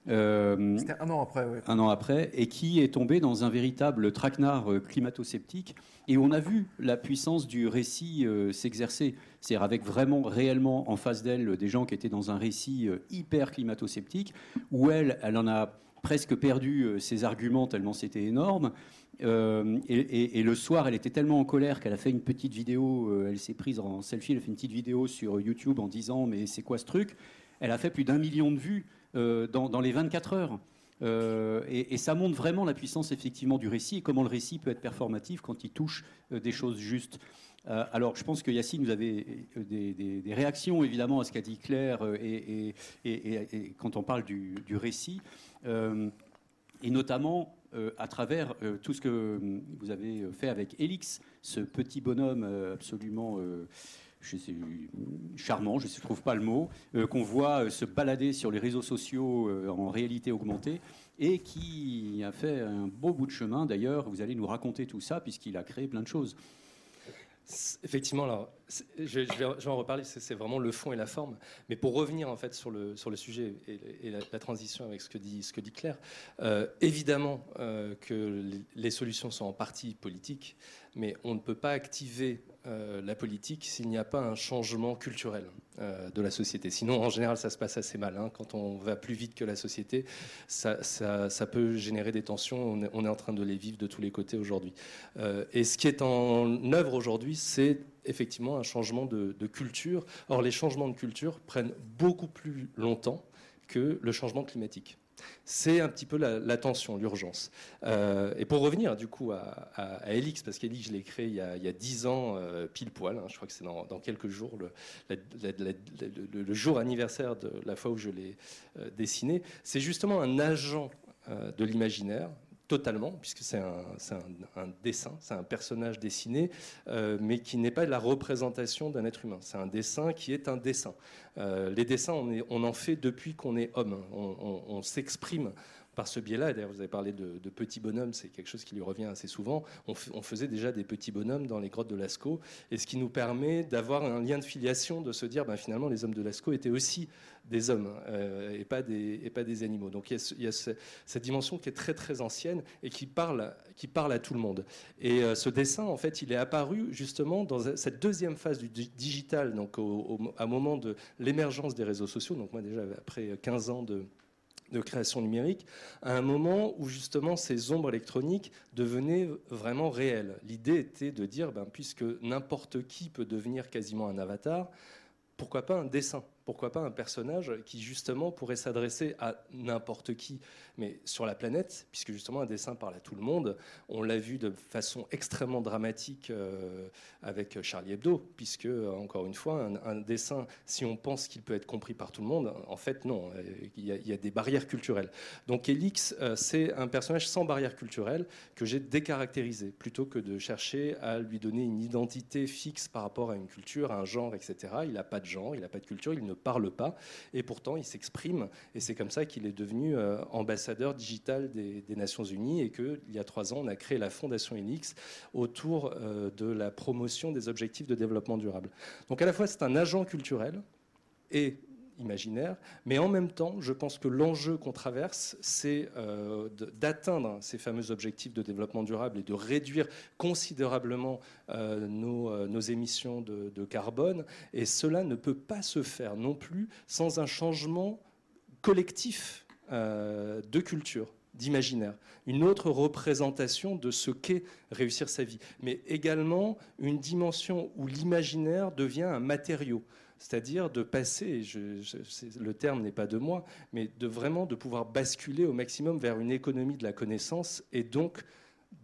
Euh, C'était un an après, oui. Un an après, et qui est tombé dans un véritable traquenard climato-sceptique. Et on a vu la puissance du récit euh, s'exercer. C'est-à-dire avec vraiment, réellement, en face d'elle, des gens qui étaient dans un récit euh, hyper climato-sceptique, où elle, elle en a presque perdu euh, ses arguments tellement c'était énorme. Euh, et, et, et le soir, elle était tellement en colère qu'elle a fait une petite vidéo, euh, elle s'est prise en selfie, elle a fait une petite vidéo sur YouTube en disant « mais c'est quoi ce truc ?» Elle a fait plus d'un million de vues euh, dans, dans les vingt-quatre heures. Euh, et, et ça montre vraiment la puissance effectivement du récit et comment le récit peut être performatif quand il touche euh, des choses justes. Euh, alors je pense que Yacine, vous avez des, des, des réactions évidemment à ce qu'a dit Claire euh, et, et, et, et, et quand on parle du, du récit, euh, et notamment euh, à travers euh, tout ce que vous avez fait avec Elix, ce petit bonhomme euh, absolument... Euh, je sais, charmant, je ne trouve pas le mot, euh, qu'on voit euh, se balader sur les réseaux sociaux euh, en réalité augmentée et qui a fait un beau bout de chemin. D'ailleurs, vous allez nous raconter tout ça puisqu'il a créé plein de choses. Effectivement, alors, je, je, vais, je vais en reparler, c'est vraiment le fond et la forme. Mais pour revenir en fait sur le, sur le sujet et, et la, la transition avec ce que dit, ce que dit Claire, euh, évidemment euh, que les, les solutions sont en partie politiques, mais on ne peut pas activer euh, la politique s'il n'y a pas un changement culturel euh, de la société. Sinon, en général, ça se passe assez mal. Hein. Quand on va plus vite que la société, ça, ça, ça peut générer des tensions. On est, on est en train de les vivre de tous les côtés aujourd'hui. Euh, et ce qui est en œuvre aujourd'hui, c'est effectivement un changement de, de culture. Or, les changements de culture prennent beaucoup plus longtemps que le changement climatique. C'est un petit peu la, la tension, l'urgence. Euh, et pour revenir du coup à, à, à Elix, parce qu'Elix, je l'ai créé il y a, il y a dix ans, euh, pile poil, hein, je crois que c'est dans, dans quelques jours, le, la, la, la, le, le jour anniversaire de la fois où je l'ai euh, dessiné. C'est justement un agent euh, de l'imaginaire, totalement, puisque c'est un, un, un dessin, c'est un personnage dessiné, euh, mais qui n'est pas la représentation d'un être humain. C'est un dessin qui est un dessin. Euh, les dessins, on, est, on en fait depuis qu'on est homme. On, on, on s'exprime par ce biais-là. D'ailleurs, vous avez parlé de, de petits bonhommes, c'est quelque chose qui lui revient assez souvent. On, f, on faisait déjà des petits bonhommes dans les grottes de Lascaux, et ce qui nous permet d'avoir un lien de filiation, de se dire, ben, finalement, les hommes de Lascaux étaient aussi des hommes euh, et, pas des, et pas des animaux. Donc il y a, il y a ce, cette dimension qui est très très ancienne et qui parle, qui parle à tout le monde. Et euh, ce dessin, en fait, il est apparu justement dans cette deuxième phase du digital, donc au, au, à un moment de l'émergence des réseaux sociaux. Donc moi déjà, après quinze ans de de création numérique, à un moment où justement ces ombres électroniques devenaient vraiment réelles. L'idée était de dire, ben, puisque n'importe qui peut devenir quasiment un avatar, pourquoi pas un dessin ? Pourquoi pas un personnage qui justement pourrait s'adresser à n'importe qui, mais sur la planète, puisque justement un dessin parle à tout le monde. On l'a vu de façon extrêmement dramatique euh, avec Charlie Hebdo, puisque, encore une fois, un, un dessin, si on pense qu'il peut être compris par tout le monde, en fait non, il y a, il y a des barrières culturelles. Donc Elix, euh, c'est un personnage sans barrière culturelle que j'ai décaractérisé, plutôt que de chercher à lui donner une identité fixe par rapport à une culture, à un genre, et cetera. Il n'a pas de genre, il n'a pas de culture, il ne parle pas, et pourtant il s'exprime, et c'est comme ça qu'il est devenu euh, ambassadeur digital des, des Nations Unies, et qu'il y a trois ans, on a créé la Fondation Elix autour euh, de la promotion des objectifs de développement durable. Donc à la fois, c'est un agent culturel et imaginaire, mais en même temps, je pense que l'enjeu qu'on traverse, c'est euh, d'atteindre ces fameux objectifs de développement durable et de réduire considérablement euh, nos, euh, nos émissions de, de carbone. Et cela ne peut pas se faire non plus sans un changement collectif euh, de culture, d'imaginaire, une autre représentation de ce qu'est réussir sa vie, mais également une dimension où l'imaginaire devient un matériau. C'est-à-dire de passer, je, je, le terme n'est pas de moi, mais de vraiment de pouvoir basculer au maximum vers une économie de la connaissance et donc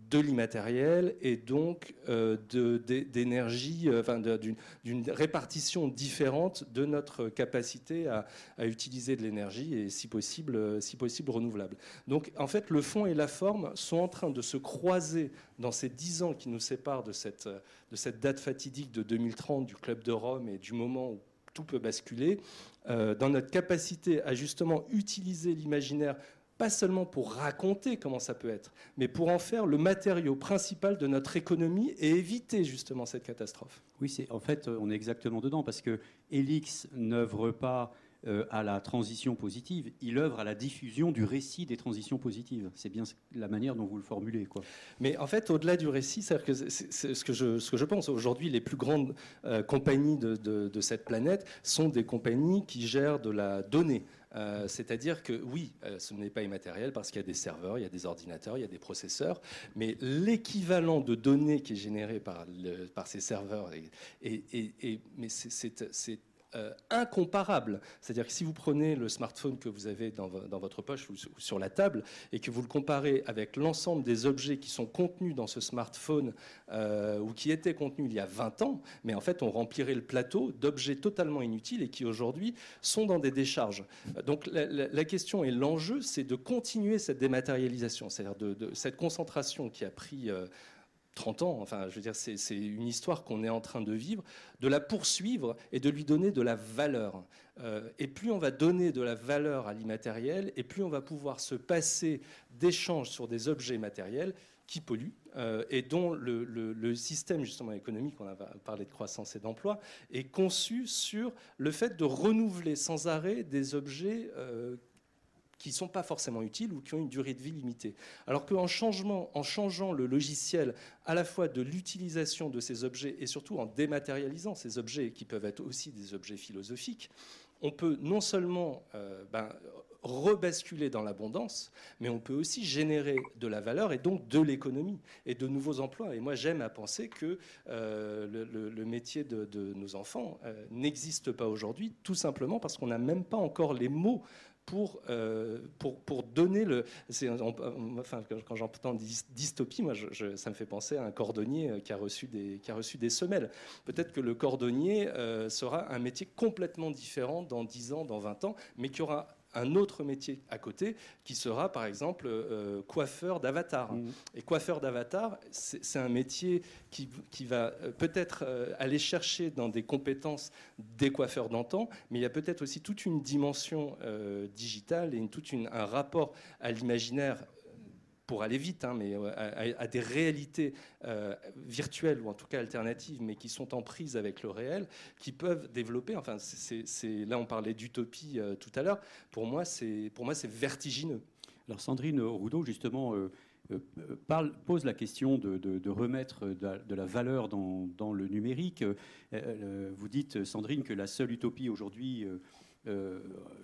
de l'immatériel et donc euh, de, de, d'énergie, euh, enfin de, d'une, d'une répartition différente de notre capacité à, à utiliser de l'énergie et si possible, euh, si possible renouvelable. Donc en fait le fond et la forme sont en train de se croiser dans ces dix ans qui nous séparent de cette, de cette date fatidique de deux mille trente du Club de Rome et du moment où tout peut basculer, euh, dans notre capacité à justement utiliser l'imaginaire pas seulement pour raconter comment ça peut être, mais pour en faire le matériau principal de notre économie et éviter justement cette catastrophe. Oui, c'est, en fait, on est exactement dedans, parce que Élix n'œuvre pas euh, à la transition positive, il œuvre à la diffusion du récit des transitions positives. C'est bien la manière dont vous le formulez, quoi. Mais en fait, au-delà du récit, c'est-à-dire que c'est, c'est ce, que je, ce que je pense, aujourd'hui, les plus grandes euh, compagnies de, de, de cette planète sont des compagnies qui gèrent de la donnée. Euh, c'est-à-dire que oui, euh, ce n'est pas immatériel parce qu'il y a des serveurs, il y a des ordinateurs, il y a des processeurs, mais l'équivalent de données qui est généré par, le, par ces serveurs, est, est, est, est, mais c'est, c'est, c'est euh, incomparable. C'est-à-dire que si vous prenez le smartphone que vous avez dans, dans votre poche ou sur la table et que vous le comparez avec l'ensemble des objets qui sont contenus dans ce smartphone euh, ou qui étaient contenus il y a vingt ans, mais en fait on remplirait le plateau d'objets totalement inutiles et qui aujourd'hui sont dans des décharges. Donc la, la, la question et l'enjeu, c'est de continuer cette dématérialisation, c'est-à-dire de, de cette concentration qui a pris euh, trente ans, enfin je veux dire c'est, c'est une histoire qu'on est en train de vivre, de la poursuivre et de lui donner de la valeur. Euh, et plus on va donner de la valeur à l'immatériel, et plus on va pouvoir se passer d'échanges sur des objets matériels qui polluent euh, et dont le, le, le système justement économique, on a parlé de croissance et d'emploi, est conçu sur le fait de renouveler sans arrêt des objets euh, qui ne sont pas forcément utiles ou qui ont une durée de vie limitée. Alors qu'en changement, en changeant le logiciel à la fois de l'utilisation de ces objets et surtout en dématérialisant ces objets qui peuvent être aussi des objets philosophiques, on peut non seulement euh, ben, rebasculer dans l'abondance, mais on peut aussi générer de la valeur et donc de l'économie et de nouveaux emplois. Et moi, j'aime à penser que euh, le, le, le métier de, de nos enfants euh, n'existe pas aujourd'hui, tout simplement parce qu'on n'a même pas encore les mots Pour, euh, pour, pour donner le... C'est, on, enfin, quand j'entends dystopie, moi, je, je, ça me fait penser à un cordonnier qui a reçu des, qui a reçu des semelles. Peut-être que le cordonnier euh, sera un métier complètement différent dans dix ans, dans vingt ans, mais qui aura un autre métier à côté qui sera par exemple euh, coiffeur d'avatar. Mmh. Et coiffeur d'avatar, c'est, c'est un métier qui, qui va peut-être euh, aller chercher dans des compétences des coiffeurs d'antan, mais il y a peut-être aussi toute une dimension euh, digitale et une, toute une, un rapport à l'imaginaire pour aller vite, hein, mais à, à des réalités euh, virtuelles ou en tout cas alternatives, mais qui sont en prise avec le réel, qui peuvent développer. Enfin, c'est, c'est, là, on parlait d'utopie euh, tout à l'heure. Pour moi, c'est, pour moi, c'est vertigineux. Alors, Sandrine Roudot, justement, euh, euh, parle, pose la question de, de, de remettre de la, de la valeur dans, dans le numérique. Euh, vous dites, Sandrine, que la seule utopie aujourd'hui, euh, euh,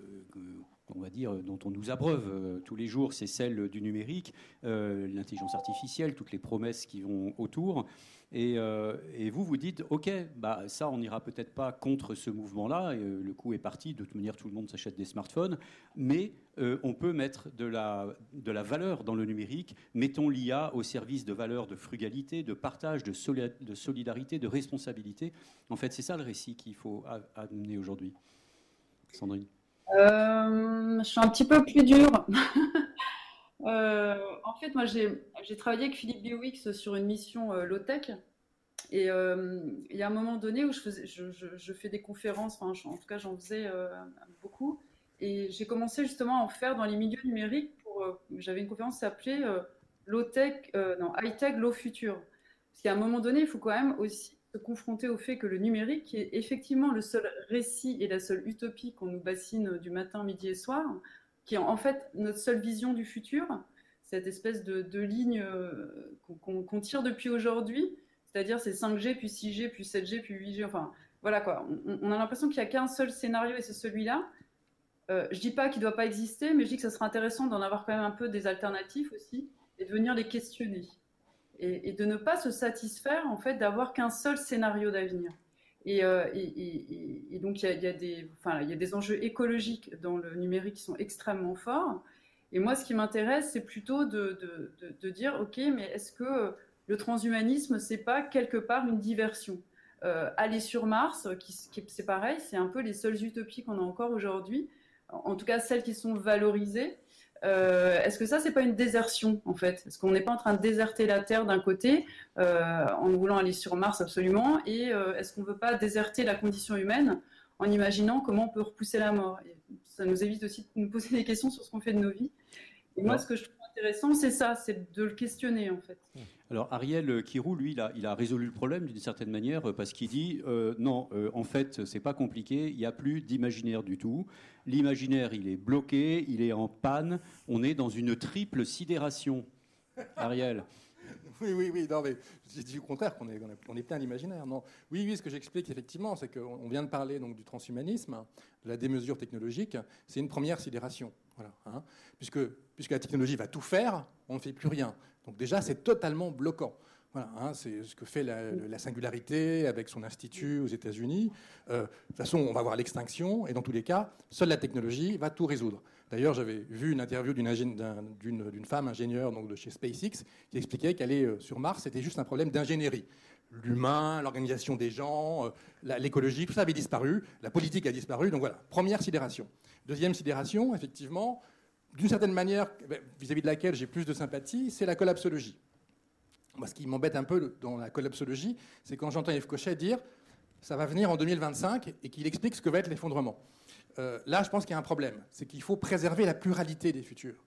on va dire, dont on nous abreuve euh, tous les jours, c'est celle du numérique, euh, l'intelligence artificielle, toutes les promesses qui vont autour. Et, euh, et vous, vous dites, OK, bah, ça, on n'ira peut-être pas contre ce mouvement-là. Et, euh, le coup est parti. De toute manière, tout le monde s'achète des smartphones. Mais euh, on peut mettre de la, de la valeur dans le numérique. Mettons l'I A au service de valeurs de frugalité, de partage, de, soli- de solidarité, de responsabilité. En fait, c'est ça le récit qu'il faut a- amener aujourd'hui. Sandrine. Euh, je suis un petit peu plus dure. euh, en fait, moi, j'ai, j'ai travaillé avec Philippe Biowix sur une mission euh, low-tech. Et euh, il y a un moment donné où je, faisais, je, je, je fais des conférences, enfin, je, en tout cas, j'en faisais euh, beaucoup. Et j'ai commencé justement à en faire dans les milieux numériques. Pour, euh, j'avais une conférence qui s'appelait euh, low-tech, euh, non, high-tech, low-future. Parce qu'à un moment donné, il faut quand même aussi se confronter au fait que le numérique, qui est effectivement le seul récit et la seule utopie qu'on nous bassine du matin, midi et soir, qui est en fait notre seule vision du futur, cette espèce de, de ligne euh, qu'on, qu'on tire depuis aujourd'hui, c'est-à-dire c'est cinq G, puis six G, puis sept G, puis huit G, enfin voilà quoi. On, on a l'impression qu'il n'y a qu'un seul scénario et c'est celui-là. Euh, je ne dis pas qu'il ne doit pas exister, mais je dis que ça serait intéressant d'en avoir quand même un peu des alternatives aussi et de venir les questionner. Et, et de ne pas se satisfaire en fait d'avoir qu'un seul scénario d'avenir. Et, euh, et, et, et donc il y a, y a des, enfin, il y a des enjeux écologiques dans le numérique qui sont extrêmement forts. Et moi, ce qui m'intéresse, c'est plutôt de, de, de, de dire, OK, mais est-ce que le transhumanisme, c'est pas quelque part une diversion ? euh, Aller sur Mars, qui, qui, c'est pareil, c'est un peu les seules utopies qu'on a encore aujourd'hui, en tout cas celles qui sont valorisées. Euh, est-ce que ça, c'est pas une désertion, en fait ? Est-ce qu'on n'est pas en train de déserter la Terre d'un côté, euh, en voulant aller sur Mars absolument, et euh, est-ce qu'on ne veut pas déserter la condition humaine en imaginant comment on peut repousser la mort ? Et ça nous évite aussi de nous poser des questions sur ce qu'on fait de nos vies. Et moi, ce que je trouve intéressant, c'est ça, c'est de le questionner, en fait. Alors, Ariel Kirou, lui, il a, il a résolu le problème d'une certaine manière parce qu'il dit euh, non, euh, en fait, c'est pas compliqué, il n'y a plus d'imaginaire du tout. L'imaginaire, il est bloqué, il est en panne, on est dans une triple sidération. Ariel. Oui, oui, oui. Non, mais je dis au contraire qu'on est, on est plein d'imaginaire. Non. Oui, oui. Ce que j'explique effectivement, c'est qu'on vient de parler donc du transhumanisme, de la démesure technologique. C'est une première sidération, voilà. Hein, puisque puisque la technologie va tout faire, on ne fait plus rien. Donc déjà, c'est totalement bloquant. Voilà, hein, c'est ce que fait la, la Singularité avec son institut aux États-Unis. Euh, de toute façon, on va avoir l'extinction, et dans tous les cas, seule la technologie va tout résoudre. D'ailleurs, j'avais vu une interview d'une, d'une, d'une femme ingénieure donc de chez SpaceX qui expliquait qu'aller sur Mars, c'était juste un problème d'ingénierie. L'humain, l'organisation des gens, la, l'écologie, tout ça avait disparu. La politique a disparu. Donc voilà, première sidération. Deuxième sidération, effectivement, d'une certaine manière, vis-à-vis de laquelle j'ai plus de sympathie, c'est la collapsologie. Moi, ce qui m'embête un peu dans la collapsologie, c'est quand j'entends Yves Cochet dire « ça va venir en deux mille vingt-cinq » et qu'il explique ce que va être l'effondrement. Euh, là, je pense qu'il y a un problème. C'est qu'il faut préserver la pluralité des futurs.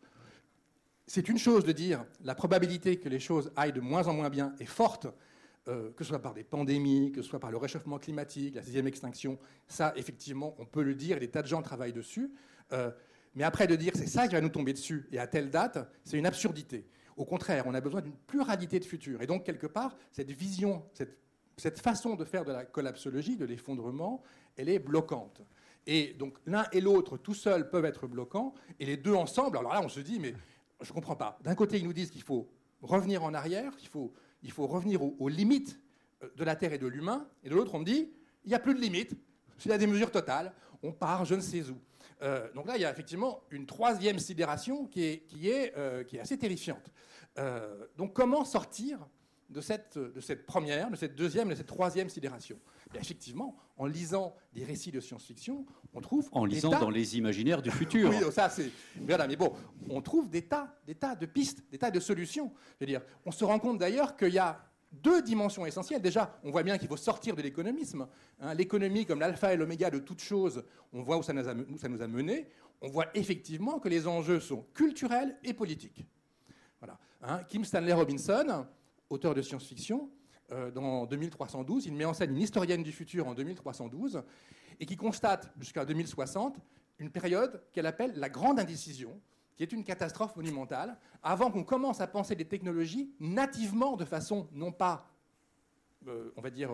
C'est une chose de dire la probabilité que les choses aillent de moins en moins bien est forte, euh, que ce soit par des pandémies, que ce soit par le réchauffement climatique, la sixième extinction. Ça, effectivement, on peut le dire, et des tas de gens travaillent dessus. Euh, mais après, de dire c'est ça qui va nous tomber dessus, et à telle date, c'est une absurdité. Au contraire, on a besoin d'une pluralité de futurs. Et donc, quelque part, cette vision, cette, cette façon de faire de la collapsologie, de l'effondrement, elle est bloquante. Et donc, l'un et l'autre, tout seuls, peuvent être bloquants. Et les deux ensemble, alors là, on se dit, mais je ne comprends pas. D'un côté, ils nous disent qu'il faut revenir en arrière, qu'il faut, il faut revenir aux, aux limites de la Terre et de l'humain. Et de l'autre, on me dit, il n'y a plus de limites, c'est la démesure totale, on part je ne sais où. Euh, donc là, il y a effectivement une troisième sidération qui est, qui est, euh, qui est assez terrifiante. Euh, donc comment sortir de cette, de cette première, de cette deuxième, de cette troisième sidération ? Bien, effectivement, en lisant des récits de science-fiction, on trouve... En lisant tas... dans les imaginaires du futur. Oui, ça c'est... Voilà, mais bon, on trouve des tas, des tas de pistes, des tas de solutions. Je veux dire, on se rend compte d'ailleurs qu'il y a deux dimensions essentielles. Déjà, on voit bien qu'il faut sortir de l'économisme. Hein, l'économie comme l'alpha et l'oméga de toute chose, on voit où ça nous a, où ça nous a mené. On voit effectivement que les enjeux sont culturels et politiques. Voilà. Hein, Kim Stanley Robinson, auteur de science-fiction, euh, dans deux mille trois cent douze, il met en scène une historienne du futur en deux mille trois cent douze et qui constate jusqu'à deux mille soixante une période qu'elle appelle la grande indécision, qui est une catastrophe monumentale, avant qu'on commence à penser des technologies nativement de façon non pas, euh, on va dire,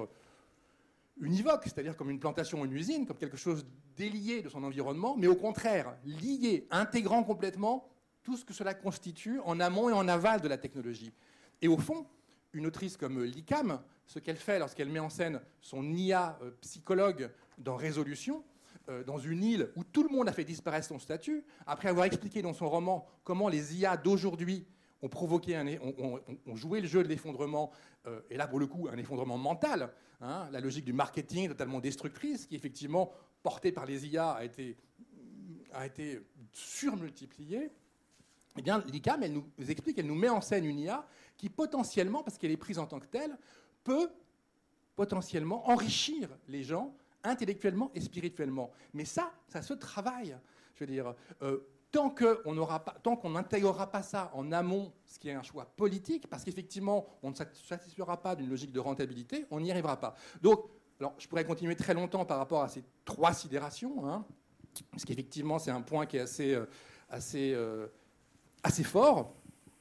univoque, c'est-à-dire comme une plantation ou une usine, comme quelque chose délié de son environnement, mais au contraire, lié, intégrant complètement tout ce que cela constitue en amont et en aval de la technologie. Et au fond, une autrice comme Likam, ce qu'elle fait lorsqu'elle met en scène son I A euh, psychologue dans Résolution, euh, dans une île où tout le monde a fait disparaître son statut, après avoir expliqué dans son roman comment les I A d'aujourd'hui ont provoqué, un, ont, ont, ont joué le jeu de l'effondrement, euh, et là pour le coup un effondrement mental, hein, la logique du marketing totalement destructrice, qui effectivement, portée par les I A, a été, a été surmultipliée. Eh bien, Likam, elle nous explique, elle nous met en scène une I A qui potentiellement, parce qu'elle est prise en tant que telle, peut potentiellement enrichir les gens intellectuellement et spirituellement. Mais ça, ça se travaille. Je veux dire, euh, tant qu'on n'aura pas, tant qu'on n'intégrera pas ça en amont, ce qui est un choix politique, parce qu'effectivement, on ne satisfera pas d'une logique de rentabilité, on n'y arrivera pas. Donc, alors, je pourrais continuer très longtemps par rapport à ces trois sidérations, hein, parce qu'effectivement, c'est un point qui est assez, euh, assez euh, assez fort,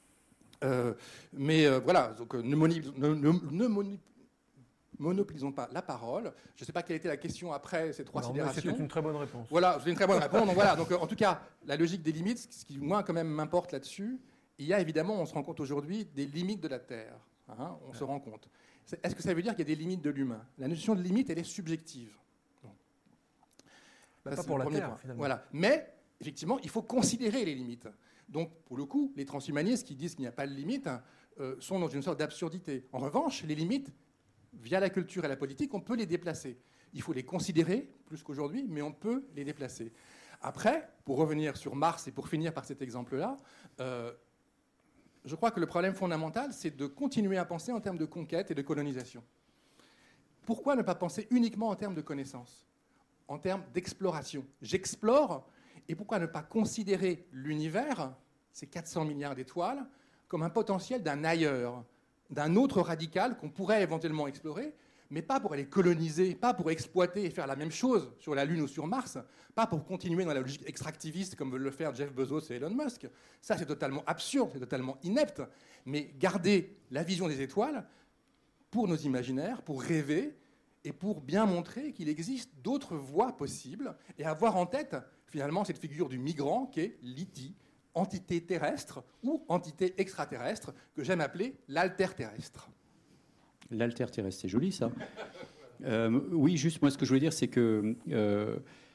euh, mais euh, voilà, donc ne, moni, ne, ne, ne moni, monopolisons pas la parole. Je ne sais pas quelle était la question après ces trois Alors, sidérations. C'était une très bonne réponse. Voilà, c'était une très bonne réponse. Donc voilà, donc en tout cas, la logique des limites, ce qui moi quand même m'importe là-dessus, il y a évidemment, on se rend compte aujourd'hui des limites de la Terre. Hein, on ouais. se rend compte. Est-ce que ça veut dire qu'il y a des limites de l'humain ? La notion de limite, elle est subjective. Bah, pas pour la Terre, point. Finalement. Voilà, mais effectivement, il faut considérer les limites. Donc, pour le coup, les transhumanistes qui disent qu'il n'y a pas de limite euh, sont dans une sorte d'absurdité. En revanche, les limites, via la culture et la politique, on peut les déplacer. Il faut les considérer, plus qu'aujourd'hui, mais on peut les déplacer. Après, pour revenir sur Mars et pour finir par cet exemple-là, euh, je crois que le problème fondamental, c'est de continuer à penser en termes de conquête et de colonisation. Pourquoi ne pas penser uniquement en termes de connaissance, en termes d'exploration? J'explore, et pourquoi ne pas considérer l'univers, ces quatre cents milliards d'étoiles, comme un potentiel d'un ailleurs, d'un autre radical qu'on pourrait éventuellement explorer, mais pas pour aller coloniser, pas pour exploiter et faire la même chose sur la Lune ou sur Mars, pas pour continuer dans la logique extractiviste comme veulent le faire Jeff Bezos et Elon Musk. Ça, c'est totalement absurde, c'est totalement inepte. Mais garder la vision des étoiles pour nos imaginaires, pour rêver et pour bien montrer qu'il existe d'autres voies possibles et avoir en tête, finalement, cette figure du migrant qui est l'I T, entité terrestre ou entité extraterrestre, que j'aime appeler l'alterterrestre. L'alterterrestre, c'est joli ça. Euh, oui, juste moi ce que je voulais dire, c'est que euh,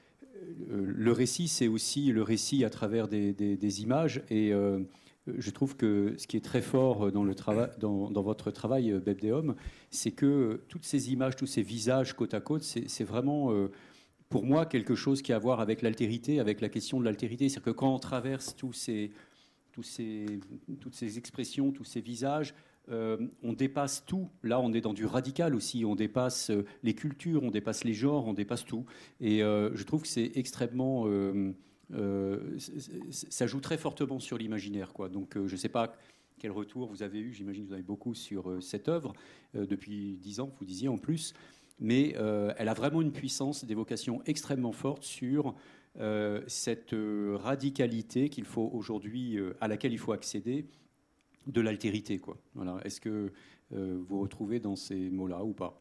le récit, c'est aussi le récit à travers des, des, des images. Et euh, je trouve que ce qui est très fort dans, le trava- dans, dans votre travail, Bebdeum, c'est que toutes ces images, tous ces visages côte à côte, c'est, c'est vraiment, euh, pour moi, quelque chose qui a à voir avec l'altérité, avec la question de l'altérité. C'est-à-dire que quand on traverse tous ces, tous ces, toutes ces expressions, tous ces visages, Euh, on dépasse tout. Là, on est dans du radical aussi. On dépasse euh, les cultures, on dépasse les genres, on dépasse tout. Et euh, je trouve que c'est extrêmement... Euh, euh, c'est, ça joue très fortement sur l'imaginaire, quoi. Donc, euh, je ne sais pas quel retour vous avez eu. J'imagine que vous avez beaucoup sur euh, cette œuvre euh, depuis dix ans, vous disiez en plus. Mais euh, elle a vraiment une puissance d'évocation extrêmement forte sur euh, cette euh, radicalité qu'il faut aujourd'hui, euh, à laquelle il faut accéder, de l'altérité, quoi. Voilà. Est-ce que euh, vous retrouvez dans ces mots-là ou pas?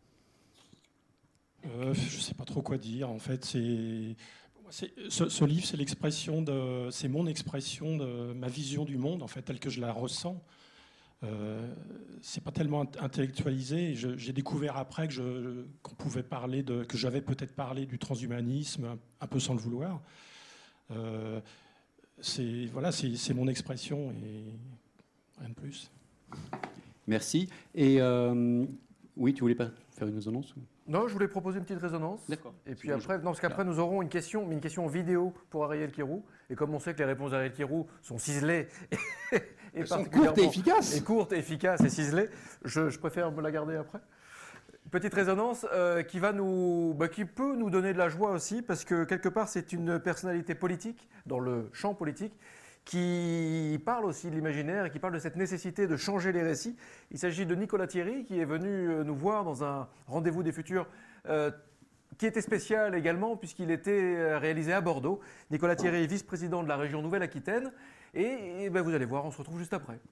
euh, Je ne sais pas trop quoi dire. En fait, c'est, c'est ce, ce livre, c'est l'expression de, c'est mon expression de ma vision du monde, en fait, telle que je la ressens. Euh, c'est pas tellement intellectualisé. Je, j'ai découvert après que je, qu'on pouvait parler de, que j'avais peut-être parlé du transhumanisme, un, un peu sans le vouloir. Euh, c'est voilà, c'est, c'est mon expression et rien de plus. Merci. Et euh, oui, tu voulais pas faire une résonance? Non, je voulais proposer une petite résonance. D'accord. Et puis après, non, parce qu'après nous aurons une question, mais une question vidéo pour Ariel Kirou. Et comme on sait que les réponses d'Ariel Kirou sont ciselées et, Elles sont courtes et efficaces. Et courtes et efficaces et ciselées, je, je préfère me la garder après. Petite résonance euh, qui va nous, bah, qui peut nous donner de la joie aussi, parce que quelque part c'est une personnalité politique dans le champ politique, qui parle aussi de l'imaginaire et qui parle de cette nécessité de changer les récits. Il s'agit de Nicolas Thierry, qui est venu nous voir dans un rendez-vous des futurs euh, qui était spécial également, puisqu'il était réalisé à Bordeaux. Nicolas Thierry est vice-président de la région Nouvelle-Aquitaine. Et, et ben vous allez voir, on se retrouve juste après.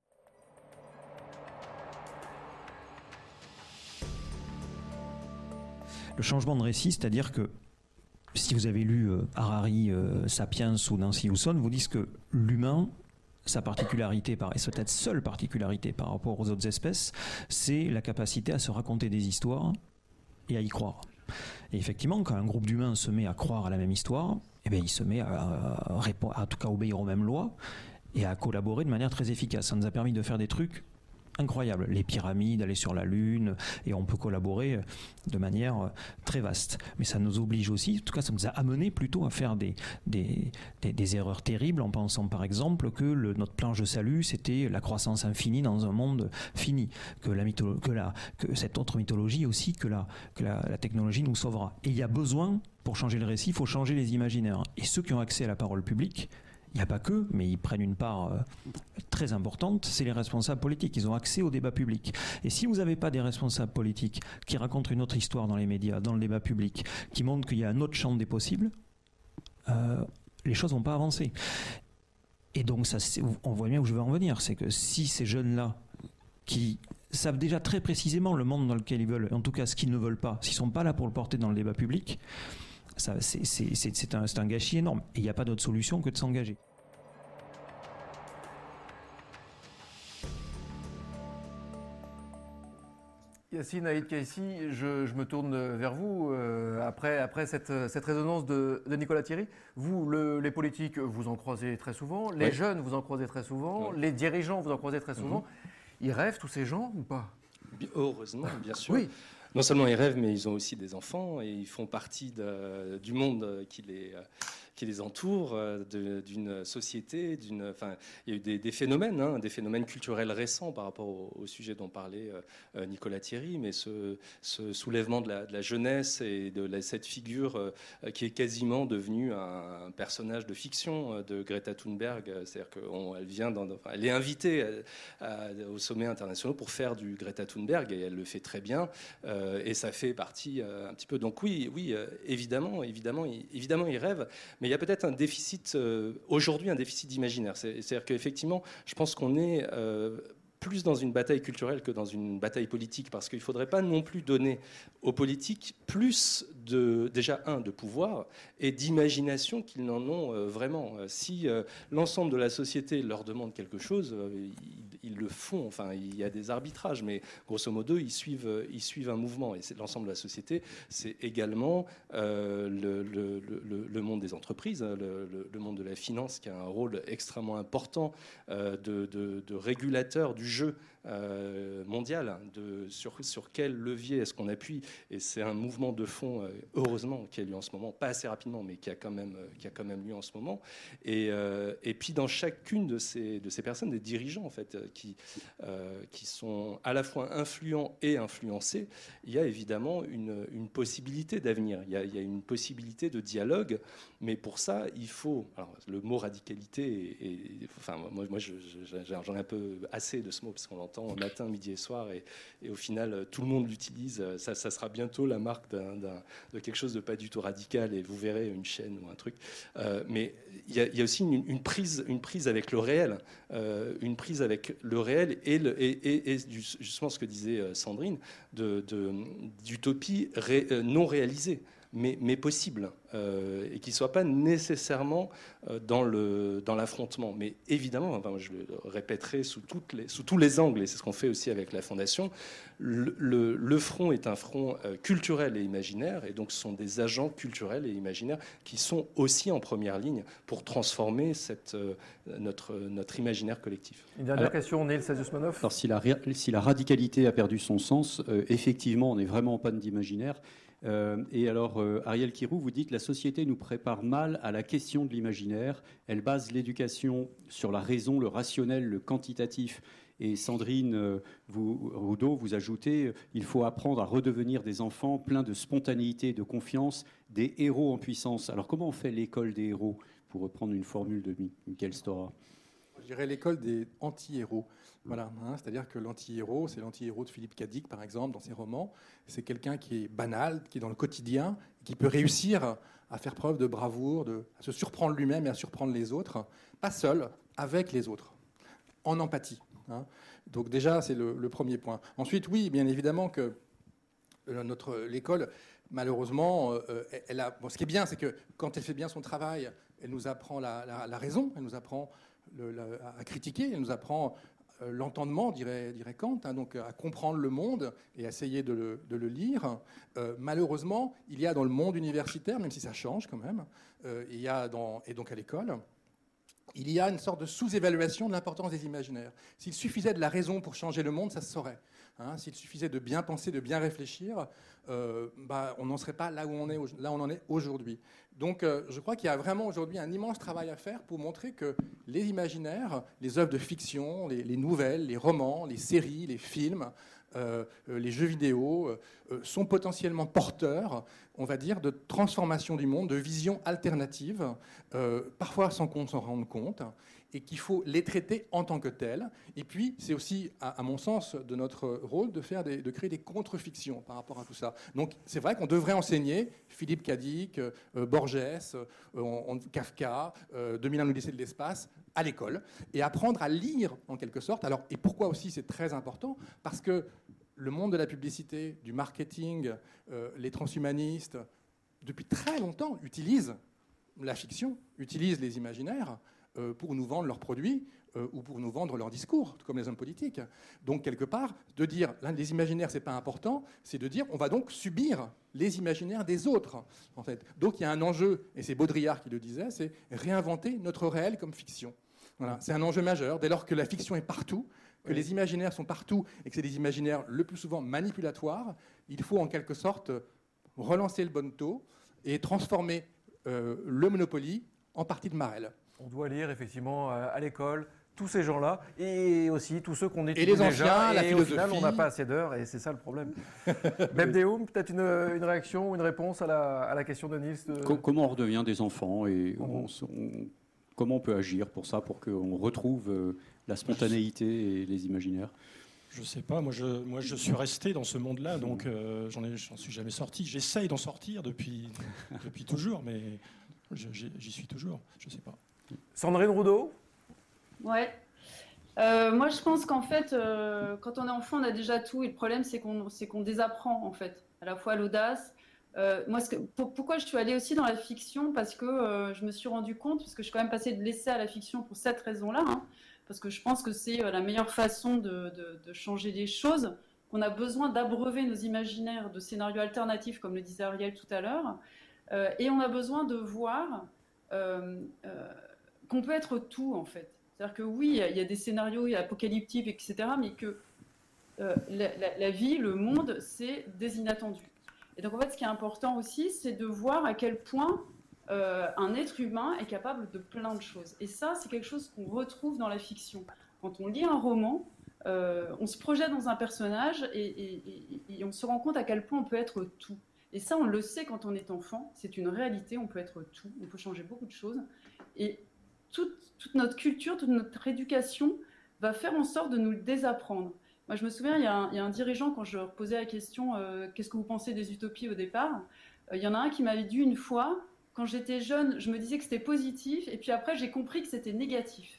Le changement de récit, c'est-à-dire que si vous avez lu euh, Harari, euh, Sapiens ou Nancy Hewson, vous disent que l'humain, sa particularité, et sa peut-être seule particularité par rapport aux autres espèces, c'est la capacité à se raconter des histoires et à y croire. Et effectivement, quand un groupe d'humains se met à croire à la même histoire, eh bien, il se met à, à, à, à en tout cas obéir aux mêmes lois et à collaborer de manière très efficace. Ça nous a permis de faire des trucs incroyable, les pyramides, aller sur la Lune, et on peut collaborer de manière très vaste. Mais ça nous oblige aussi, en tout cas ça nous a amené plutôt à faire des, des, des, des erreurs terribles en pensant par exemple que le, notre planche de salut c'était la croissance infinie dans un monde fini, que, la mytholo- que, la, que cette autre mythologie aussi, que, la, que la, la technologie nous sauvera. Et il y a besoin, pour changer le récit, il faut changer les imaginaires. Et ceux qui ont accès à la parole publique, il n'y a pas que, mais ils prennent une part euh, très importante, c'est les responsables politiques. Ils ont accès au débat public. Et si vous n'avez pas des responsables politiques qui racontent une autre histoire dans les médias, dans le débat public, qui montrent qu'il y a un autre champ des possibles, euh, les choses ne vont pas avancer. Et donc, ça, on voit bien où je veux en venir. C'est que si ces jeunes-là, qui savent déjà très précisément le monde dans lequel ils veulent, en tout cas ce qu'ils ne veulent pas, s'ils ne sont pas là pour le porter dans le débat public, Ça, c'est, c'est, c'est, c'est, un, c'est un gâchis énorme. Et il n'y a pas d'autre solution que de s'engager. Yacine Aïd Kaissi, je, je me tourne vers vous. Euh, après après cette, cette résonance de, de Nicolas Thierry, vous, le, les politiques, vous en croisez très souvent. Les oui. jeunes, vous en croisez très souvent. Oui. Les dirigeants, vous en croisez très souvent. Mm-hmm. Ils rêvent, tous ces gens, ou pas? Heureusement, bien sûr. Oui. Non seulement ils rêvent, mais ils ont aussi des enfants et ils font partie de, du monde qui les, qui les entoure, de, d'une société, d'une. Enfin, il y a eu des, des phénomènes, hein, des phénomènes culturels récents par rapport au, au sujet dont parlait euh, Nicolas Thierry, mais ce, ce soulèvement de la, de la jeunesse et de la, cette figure euh, qui est quasiment devenue un, un personnage de fiction euh, de Greta Thunberg, c'est-à-dire qu'elle vient, dans, enfin, elle est invitée à, à, aux sommets internationaux pour faire du Greta Thunberg et elle le fait très bien. Euh, Et ça fait partie euh, un petit peu. Donc oui, oui, euh, évidemment, évidemment, il, évidemment, ils rêvent. Mais il y a peut-être un déficit euh, aujourd'hui, un déficit d'imaginaire. C'est, c'est-à-dire qu'effectivement, je pense qu'on est euh, plus dans une bataille culturelle que dans une bataille politique, parce qu'il ne faudrait pas non plus donner aux politiques plus de, déjà un, de pouvoir et d'imagination qu'ils n'en ont euh, vraiment. Si euh, l'ensemble de la société leur demande quelque chose, euh, ils, ils le font. Enfin, il y a des arbitrages, mais grosso modo, ils suivent, ils suivent un mouvement. Et c'est l'ensemble de la société, c'est également euh, le, le, le, le monde des entreprises, le, le, le monde de la finance, qui a un rôle extrêmement important euh, de, de, de régulateur du jeu euh, mondial, de, sur, sur quel levier est-ce qu'on appuie. Et c'est un mouvement de fond, euh, heureusement, qui a lieu en ce moment, pas assez rapidement, mais qui a quand même, qui a quand même lieu en ce moment. Et, euh, et puis dans chacune de ces, de ces personnes, des dirigeants en fait, qui, euh, qui sont à la fois influents et influencés, il y a évidemment une, une possibilité d'avenir, il y, a, il y a une possibilité de dialogue, mais pour ça, il faut... Alors, le mot radicalité, est, est, enfin, moi, moi je, je, j'en ai un peu assez de ce mot, parce qu'on l'entend matin, midi et soir, et, et au final, tout le monde l'utilise. Ça, ça sera bientôt la marque d'un, d'un, de quelque chose de pas du tout radical, et vous verrez une chaîne ou un truc. Euh, mais il y, a, il y a aussi une, une, prise, une prise avec le réel, euh, une prise avec le réel et, le, et, et, et justement ce que disait Sandrine, de, de, d'utopie ré, non réalisée, mais, mais possible, euh, et qui ne soit pas nécessairement euh, dans, le, dans l'affrontement. Mais évidemment, enfin, je le répéterai sous, toutes les, sous tous les angles, et c'est ce qu'on fait aussi avec la Fondation, le, le, le front est un front euh, culturel et imaginaire, et donc ce sont des agents culturels et imaginaires qui sont aussi en première ligne pour transformer cette, euh, notre, notre imaginaire collectif. Une dernière alors, question, Neil Saziousmanov. Alors, si la, si la radicalité a perdu son sens, euh, effectivement, on n'est vraiment en panne d'imaginaire. Euh, et alors, euh, Ariel Kirou, vous dites que la société nous prépare mal à la question de l'imaginaire. Elle base l'éducation sur la raison, le rationnel, le quantitatif. Et Sandrine euh, vous, Roudot, vous ajoutez euh, il faut apprendre à redevenir des enfants pleins de spontanéité et de confiance, des héros en puissance. Alors, comment on fait l'école des héros, pour reprendre une formule de Michael Stora? Je dirais l'école des anti-héros. Voilà, hein, c'est-à-dire que l'anti-héros, c'est l'anti-héros de Philippe Cadic, par exemple, dans ses romans. C'est quelqu'un qui est banal, qui est dans le quotidien, qui peut réussir à faire preuve de bravoure, de, à se surprendre lui-même et à surprendre les autres, pas seul, avec les autres, en empathie. Hein. Donc déjà, c'est le, le premier point. Ensuite, oui, bien évidemment que notre, l'école, malheureusement, euh, elle a, bon, ce qui est bien, c'est que quand elle fait bien son travail, elle nous apprend la, la, la raison, elle nous apprend le, la, à critiquer, elle nous apprend l'entendement, dirait, dirait Kant, hein, donc à comprendre le monde et à essayer de le, de le lire. Euh, malheureusement, il y a dans le monde universitaire, même si ça change quand même, euh, il y a dans, et donc à l'école, il y a une sorte de sous-évaluation de l'importance des imaginaires. S'il suffisait de la raison pour changer le monde, ça se saurait. Hein, s'il suffisait de bien penser, de bien réfléchir, euh, bah, on n'en serait pas là où on, est, là où on en est aujourd'hui. Donc euh, je crois qu'il y a vraiment aujourd'hui un immense travail à faire pour montrer que les imaginaires, les œuvres de fiction, les, les nouvelles, les romans, les séries, les films, euh, les jeux vidéo euh, sont potentiellement porteurs, on va dire, de transformation du monde, de visions alternatives, euh, parfois sans qu'on s'en rende compte, et qu'il faut les traiter en tant que tels. Et puis, c'est aussi, à, à mon sens, de notre rôle de, faire des, de créer des contre-fictions par rapport à tout ça. Donc, c'est vrai qu'on devrait enseigner Philippe Cadic, euh, Borges, euh, on, Kafka, euh, deux mille un l'Odyssée de l'espace, à l'école, et apprendre à lire, en quelque sorte. Alors, et pourquoi aussi c'est très important? Parce que le monde de la publicité, du marketing, euh, les transhumanistes, depuis très longtemps, utilisent la fiction, utilisent les imaginaires, euh, pour nous vendre leurs produits euh, ou pour nous vendre leurs discours, tout comme les hommes politiques. Donc, quelque part, de dire l'un des imaginaires, c'est pas important, c'est de dire on va donc subir les imaginaires des autres, en fait. Donc, il y a un enjeu, et c'est Baudrillard qui le disait, c'est réinventer notre réel comme fiction. Voilà. C'est un enjeu majeur, dès lors que la fiction est partout, que oui. les imaginaires sont partout, et que c'est des imaginaires le plus souvent manipulatoires, il faut en quelque sorte relancer le bon taux et transformer euh, le Monopoly en partie de Marel. On doit lire effectivement à l'école tous ces gens-là et aussi tous ceux qu'on étudie et les déjà. Anciens, la et philosophie. Au final, on n'a pas assez d'heures et c'est ça le problème. Bebdeoum, peut-être une, une réaction ou une réponse à la, à la question de Niels de... Comment on redevient des enfants et on, on, comment on peut agir pour ça, pour qu'on retrouve euh, la spontanéité et les imaginaires? Je ne sais pas, moi je, moi je suis resté dans ce monde-là, donc euh, j'en ai, j'en suis jamais sorti. J'essaye d'en sortir depuis, depuis toujours, mais je, j'y suis toujours, je ne sais pas. Sandrine Roudot? Ouais. Euh, moi, je pense qu'en fait, euh, quand on est enfant, on a déjà tout. Et le problème, c'est qu'on, c'est qu'on désapprend, en fait, à la fois l'audace. Euh, moi, ce que, pour, pourquoi je suis allée aussi dans la fiction? Parce que euh, je me suis rendu compte, parce que je suis quand même passée de l'essai à la fiction pour cette raison-là, hein, parce que je pense que c'est la meilleure façon de, de, de changer les choses, qu'on a besoin d'abreuver nos imaginaires de scénarios alternatifs, comme le disait Ariel tout à l'heure, euh, et on a besoin de voir euh, euh, qu'on peut être tout, en fait. C'est-à-dire que oui, il y a des scénarios apocalyptiques, et cetera, mais que euh, la, la, la vie, le monde, c'est des inattendus. Et donc, en fait, ce qui est important aussi, c'est de voir à quel point euh, un être humain est capable de plein de choses. Et ça, c'est quelque chose qu'on retrouve dans la fiction. Quand on lit un roman, euh, on se projette dans un personnage et, et, et, et on se rend compte à quel point on peut être tout. Et ça, on le sait quand on est enfant, c'est une réalité, on peut être tout, on peut changer beaucoup de choses. Et toute, toute notre culture, toute notre éducation va faire en sorte de nous le désapprendre. Moi, je me souviens, il y a un, il y a un dirigeant, quand je leur posais la question euh, « Qu'est-ce que vous pensez des utopies au départ ?» euh, il y en a un qui m'avait dit une fois, quand j'étais jeune, je me disais que c'était positif, et puis après, j'ai compris que c'était négatif.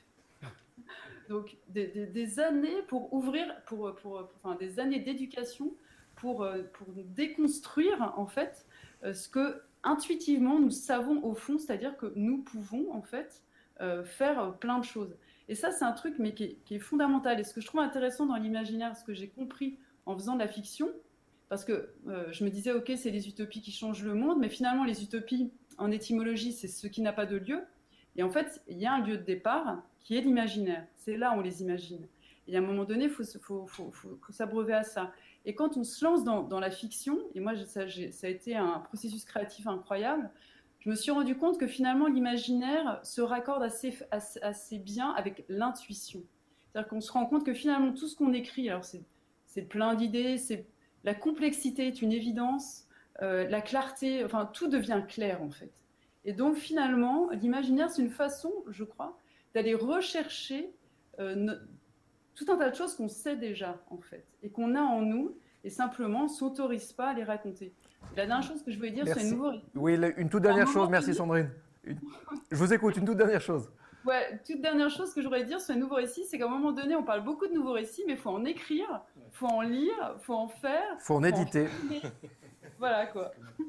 Donc, des, des, des années pour ouvrir, pour, pour, pour, enfin, des années d'éducation pour, pour déconstruire, en fait, ce que, intuitivement, nous savons au fond, c'est-à-dire que nous pouvons, en fait, euh, faire plein de choses. Et ça, c'est un truc mais qui est, qui est fondamental. Et ce que je trouve intéressant dans l'imaginaire, ce que j'ai compris en faisant de la fiction, parce que euh, je me disais, OK, c'est les utopies qui changent le monde, mais finalement, les utopies, en étymologie, c'est ce qui n'a pas de lieu. Et en fait, il y a un lieu de départ qui est l'imaginaire. C'est là où on les imagine. Et à un moment donné, il faut, faut, faut, faut, faut s'abreuver à ça. Et quand on se lance dans, dans la fiction, et moi, ça, ça a été un processus créatif incroyable, je me suis rendu compte que finalement, l'imaginaire se raccorde assez, assez, assez bien avec l'intuition. C'est-à-dire qu'on se rend compte que finalement, tout ce qu'on écrit, alors c'est, c'est plein d'idées, c'est, la complexité est une évidence, euh, la clarté, enfin, tout devient clair, en fait. Et donc, finalement, l'imaginaire, c'est une façon, je crois, d'aller rechercher euh, no- tout un tas de choses qu'on sait déjà, en fait, et qu'on a en nous, et simplement, on ne s'autorise pas à les raconter. La dernière chose que je voulais dire, merci. c'est un nouveau... Oui, une toute dernière chose, merci Sandrine. Une... Je vous écoute, une toute dernière chose. Ouais, toute dernière chose que je voudrais dire sur les nouveaux récits, c'est qu'à un moment donné, on parle beaucoup de nouveaux récits, mais il faut en écrire, il faut en lire, il faut en faire. Il faut en éditer. En voilà, quoi.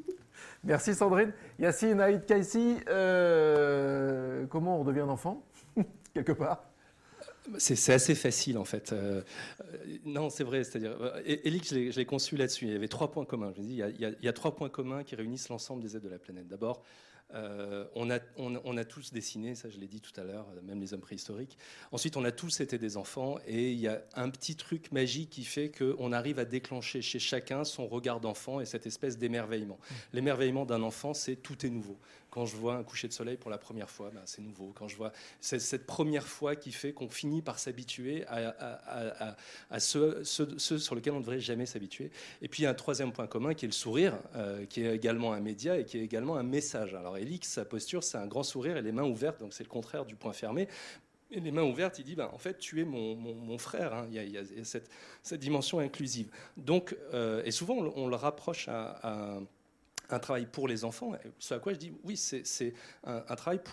Merci Sandrine. Yacine, Aïd Kaissi, euh, comment on redevient un enfant, quelque part? C'est, c'est assez facile en fait. Euh, euh, non, c'est vrai. C'est-à-dire, euh, Elic, je l'ai, je l'ai conçu là-dessus. Il y avait trois points communs. Je me dis, il y a, il y a, il y a trois points communs qui réunissent l'ensemble des êtres de la planète. D'abord, euh, on, a, on, on a tous dessiné, ça je l'ai dit tout à l'heure, même les hommes préhistoriques. Ensuite, on a tous été des enfants et il y a un petit truc magique qui fait qu'on arrive à déclencher chez chacun son regard d'enfant et cette espèce d'émerveillement. L'émerveillement d'un enfant, c'est tout est nouveau. Quand je vois un coucher de soleil pour la première fois, ben c'est nouveau. Quand je vois c'est cette première fois qui fait qu'on finit par s'habituer à, à, à, à ceux, ceux, ceux sur lesquels on ne devrait jamais s'habituer. Et puis il y a un troisième point commun qui est le sourire, euh, qui est également un média et qui est également un message. Alors Elix, sa posture, c'est un grand sourire et les mains ouvertes, donc c'est le contraire du point fermé. Et les mains ouvertes, il dit, ben, en fait, tu es mon, mon, mon frère. Hein. Il y a, il y a cette, cette dimension inclusive. Donc, euh, et souvent, on, on le rapproche à... à un travail pour les enfants, ce à quoi je dis oui, c'est, c'est un, un travail pour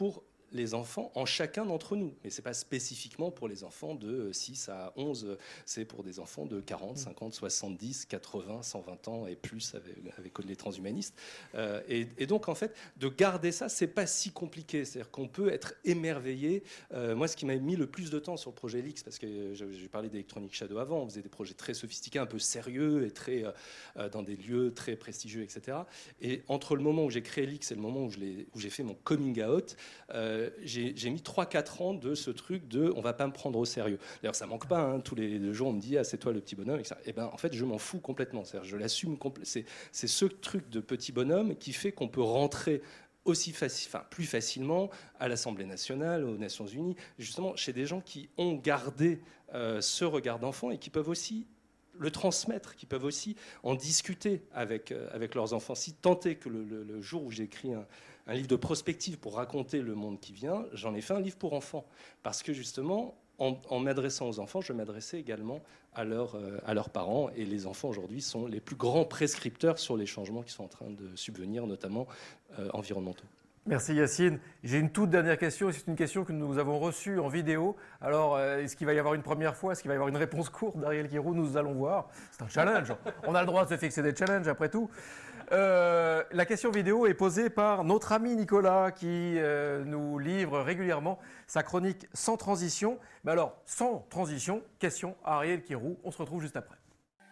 les enfants en chacun d'entre nous. Mais ce n'est pas spécifiquement pour les enfants de six à onze, c'est pour des enfants de quarante, cinquante, soixante-dix, quatre-vingts, cent vingt ans et plus avec, avec les transhumanistes. Euh, et, et donc, en fait, de garder ça, ce n'est pas si compliqué. C'est-à-dire qu'on peut être émerveillé. Euh, moi, ce qui m'a mis le plus de temps sur le projet L X, parce que j'ai parlé d'Electronic Shadow avant, on faisait des projets très sophistiqués, un peu sérieux et très, euh, dans des lieux très prestigieux, et cetera. Et entre le moment où j'ai créé L X et le moment où j'ai fait mon coming out, euh, j'ai mis trois quatre ans de ce truc de on va pas me prendre au sérieux. D'ailleurs, ça manque pas. Hein, tous les, les jours, on me dit ah, c'est toi le petit bonhomme. Et, et ben, en fait, je m'en fous complètement. Je l'assume complètement. C'est ce truc de petit bonhomme qui fait qu'on peut rentrer aussi faci enfin, plus facilement à l'Assemblée nationale, aux Nations Unies, justement chez des gens qui ont gardé euh, ce regard d'enfant et qui peuvent aussi le transmettre, qui peuvent aussi en discuter avec, euh, avec leurs enfants. Si tant est que le, le, le jour où j'ai écrit un, un livre de prospective pour raconter le monde qui vient, j'en ai fait un livre pour enfants. Parce que justement, en, en m'adressant aux enfants, je m'adressais également à, leur, euh, à leurs parents. Et les enfants aujourd'hui sont les plus grands prescripteurs sur les changements qui sont en train de subvenir, notamment euh, environnementaux. Merci Yacine. J'ai une toute dernière question, et c'est une question que nous avons reçue en vidéo. Alors, euh, est-ce qu'il va y avoir une première fois? Est-ce qu'il va y avoir une réponse courte d'Ariel Kirou? Nous allons voir. C'est un challenge. On a le droit de se fixer des challenges après tout. Euh, la question vidéo est posée par notre ami Nicolas qui euh, nous livre régulièrement sa chronique Sans transition. Mais alors, sans transition, question à Ariel Kirou. On se retrouve juste après.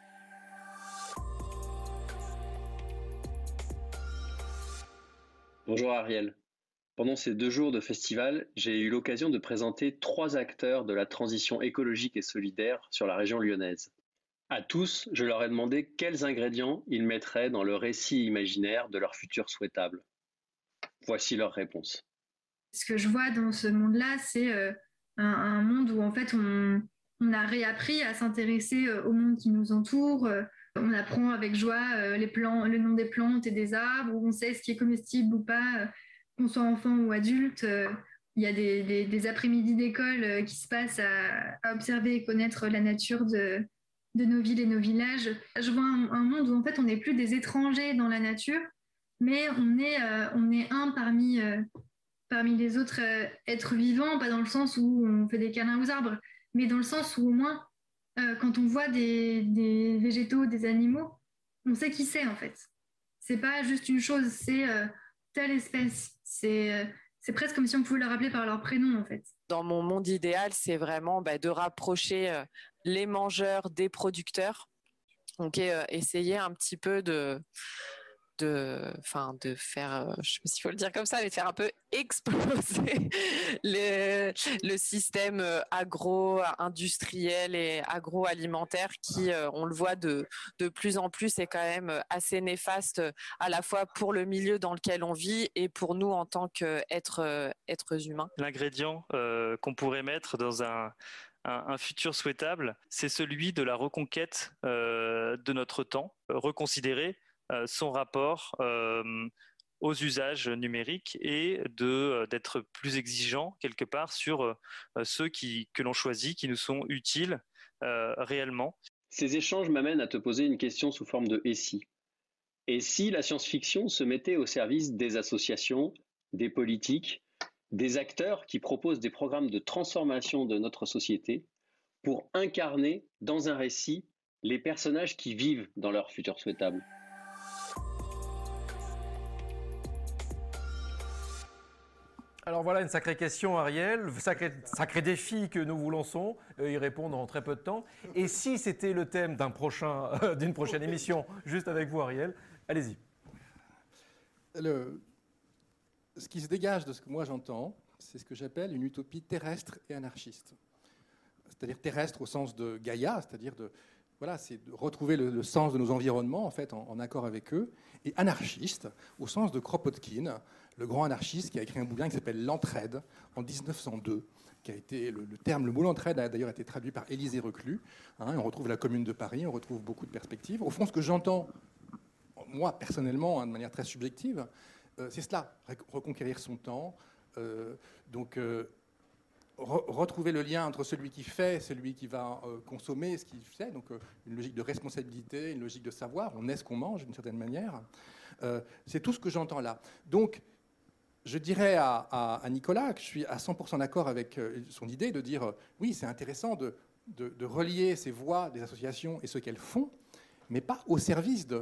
Bonjour Ariel. Pendant ces deux jours de festival, j'ai eu l'occasion de présenter trois acteurs de la transition écologique et solidaire sur la région lyonnaise. À tous, je leur ai demandé quels ingrédients ils mettraient dans le récit imaginaire de leur futur souhaitable. Voici leurs réponses. Ce que je vois dans ce monde-là, c'est euh, un, un monde où en fait on, on a réappris à s'intéresser euh, au monde qui nous entoure. Euh, on apprend avec joie euh, les plants, le nom des plantes et des arbres, où on sait ce qui est comestible ou pas, euh, qu'on soit enfant ou adulte. Euh, il y a des, des, des après-midi d'école euh, qui se passent à, à observer et connaître la nature de, de nos villes et nos villages. Je vois un, un monde où en fait on n'est plus des étrangers dans la nature, mais on est, euh, on est un parmi... Euh, parmi les autres euh, êtres vivants, pas dans le sens où on fait des câlins aux arbres, mais dans le sens où au moins, euh, quand on voit des, des végétaux, des animaux, on sait qui c'est en fait. C'est pas juste une chose, c'est euh, telle espèce. C'est euh, c'est presque comme si on pouvait leur appeler par leur prénom en fait. Dans mon monde idéal, c'est vraiment bah, de rapprocher euh, les mangeurs des producteurs. Donc euh, essayer un petit peu de... de, enfin, de faire, euh, je sais pas s'il faut le dire comme ça, mais de faire un peu exploser les, le système agro-industriel et agroalimentaire qui, euh, on le voit de, de plus en plus, est quand même assez néfaste à la fois pour le milieu dans lequel on vit et pour nous en tant qu'êtres êtres humains. L'ingrédient euh, qu'on pourrait mettre dans un Un, un futur souhaitable, c'est celui de la reconquête euh, de notre temps, reconsidérer euh, son rapport euh, aux usages numériques et de d'être plus exigeant quelque part sur euh, ceux qui, que l'on choisit, qui nous sont utiles euh, réellement. Ces échanges m'amènent à te poser une question sous forme de « et si ». Et si la science-fiction se mettait au service des associations, des politiques, des acteurs qui proposent des programmes de transformation de notre société pour incarner dans un récit les personnages qui vivent dans leur futur souhaitable. Alors voilà une sacrée question Ariel, sacré, sacré défi que nous vous lançons, euh, y répondre en très peu de temps. Et si c'était le thème d'un prochain, euh, d'une prochaine émission, juste avec vous Ariel, allez-y. Le... Ce qui se dégage de ce que moi j'entends, c'est ce que j'appelle une utopie terrestre et anarchiste. C'est-à-dire terrestre au sens de Gaïa, c'est-à-dire de, voilà, c'est de retrouver le, le sens de nos environnements en fait, en, en accord avec eux, et anarchiste au sens de Kropotkin, le grand anarchiste qui a écrit un bouquin qui s'appelle L'Entraide en dix-neuf cent deux, qui a été le, le terme, le mot l'entraide a d'ailleurs été traduit par Élisée Reclus. Hein, on retrouve la Commune de Paris, on retrouve beaucoup de perspectives. Au fond, ce que j'entends, moi personnellement, hein, de manière très subjective, c'est cela, reconquérir son temps, euh, donc euh, re retrouver le lien entre celui qui fait, celui qui va euh, consommer, ce qu'il fait, donc euh, une logique de responsabilité, une logique de savoir, on est ce qu'on mange d'une certaine manière. Euh, c'est tout ce que j'entends là. Donc, je dirais à, à, à Nicolas que je suis à cent pour cent d'accord avec son idée de dire, oui, c'est intéressant de, de, de relier ces voix des associations et ce qu'elles font, mais pas au service de,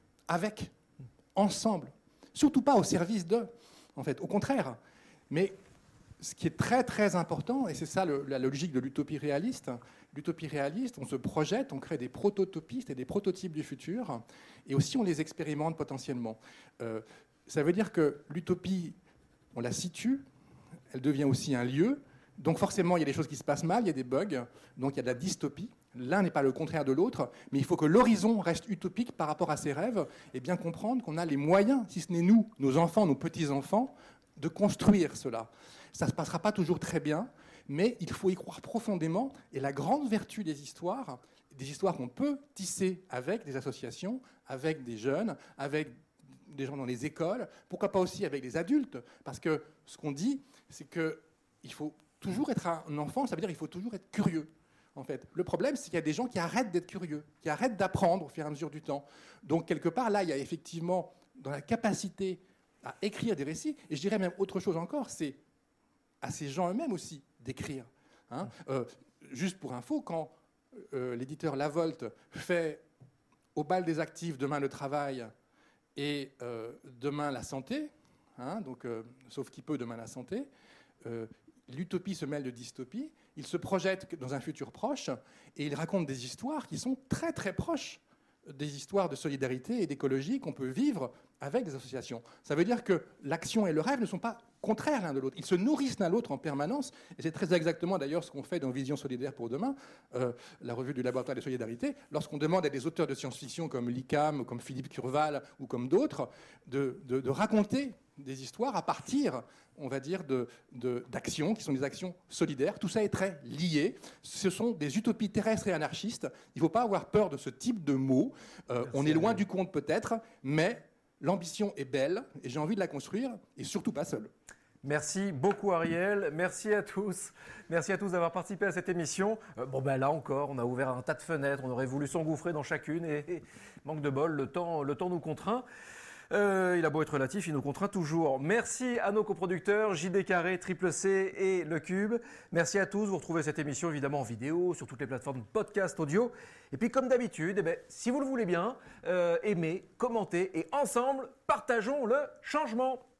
avec, ensemble. Surtout pas au service de, en fait, au contraire. Mais ce qui est très, très important, et c'est ça le, la logique de l'utopie réaliste, l'utopie réaliste, on se projette, on crée des prototopistes et des prototypes du futur, et aussi on les expérimente potentiellement. Euh, ça veut dire que l'utopie, on la situe, elle devient aussi un lieu, donc forcément il y a des choses qui se passent mal, il y a des bugs, donc il y a de la dystopie. L'un n'est pas le contraire de l'autre, mais il faut que l'horizon reste utopique par rapport à ses rêves, et bien comprendre qu'on a les moyens, si ce n'est nous, nos enfants, nos petits-enfants, de construire cela. Ça ne se passera pas toujours très bien, mais il faut y croire profondément. Et la grande vertu des histoires, des histoires qu'on peut tisser avec des associations, avec des jeunes, avec des gens dans les écoles, pourquoi pas aussi avec des adultes, parce que ce qu'on dit, c'est qu'il faut toujours être un enfant, ça veut dire qu'il faut toujours être curieux. En fait, le problème, c'est qu'il y a des gens qui arrêtent d'être curieux, qui arrêtent d'apprendre au fur et à mesure du temps. Donc, quelque part, là, il y a effectivement, dans la capacité à écrire des récits, et je dirais même autre chose encore, c'est à ces gens eux-mêmes aussi d'écrire. Hein. Euh, juste pour info, quand euh, l'éditeur La Volte fait au bal des actifs demain le travail et euh, demain la santé, hein, donc, euh, sauf qui peut demain la santé, euh, l'utopie se mêle de dystopie, il se projette dans un futur proche et il raconte des histoires qui sont très très proches des histoires de solidarité et d'écologie qu'on peut vivre avec des associations. Ça veut dire que l'action et le rêve ne sont pas contraires l'un de l'autre. Ils se nourrissent l'un de l'autre en permanence. Et c'est très exactement d'ailleurs ce qu'on fait dans Vision solidaire pour demain, euh, la revue du laboratoire de solidarité, lorsqu'on demande à des auteurs de science-fiction comme l'ICAM, comme Philippe Curval ou comme d'autres, de, de, de raconter des histoires à partir, on va dire, de, de, d'actions qui sont des actions solidaires. Tout ça est très lié. Ce sont des utopies terrestres et anarchistes. Il ne faut pas avoir peur de ce type de mots. Euh, on est loin du compte peut-être, mais l'ambition est belle et j'ai envie de la construire et surtout pas seul. Merci beaucoup Ariel, merci à tous, merci à tous d'avoir participé à cette émission. Euh, bon ben là encore, on a ouvert un tas de fenêtres, on aurait voulu s'engouffrer dans chacune et, et manque de bol, le temps, le temps nous contraint. Euh, il a beau être relatif, il nous contraint toujours. Merci à nos coproducteurs J D Carré, Triple C et Le Cube. Merci à tous. Vous retrouvez cette émission évidemment en vidéo sur toutes les plateformes de podcast audio. Et puis comme d'habitude, eh ben, si vous le voulez bien, euh, aimez, commentez et ensemble, partageons le changement.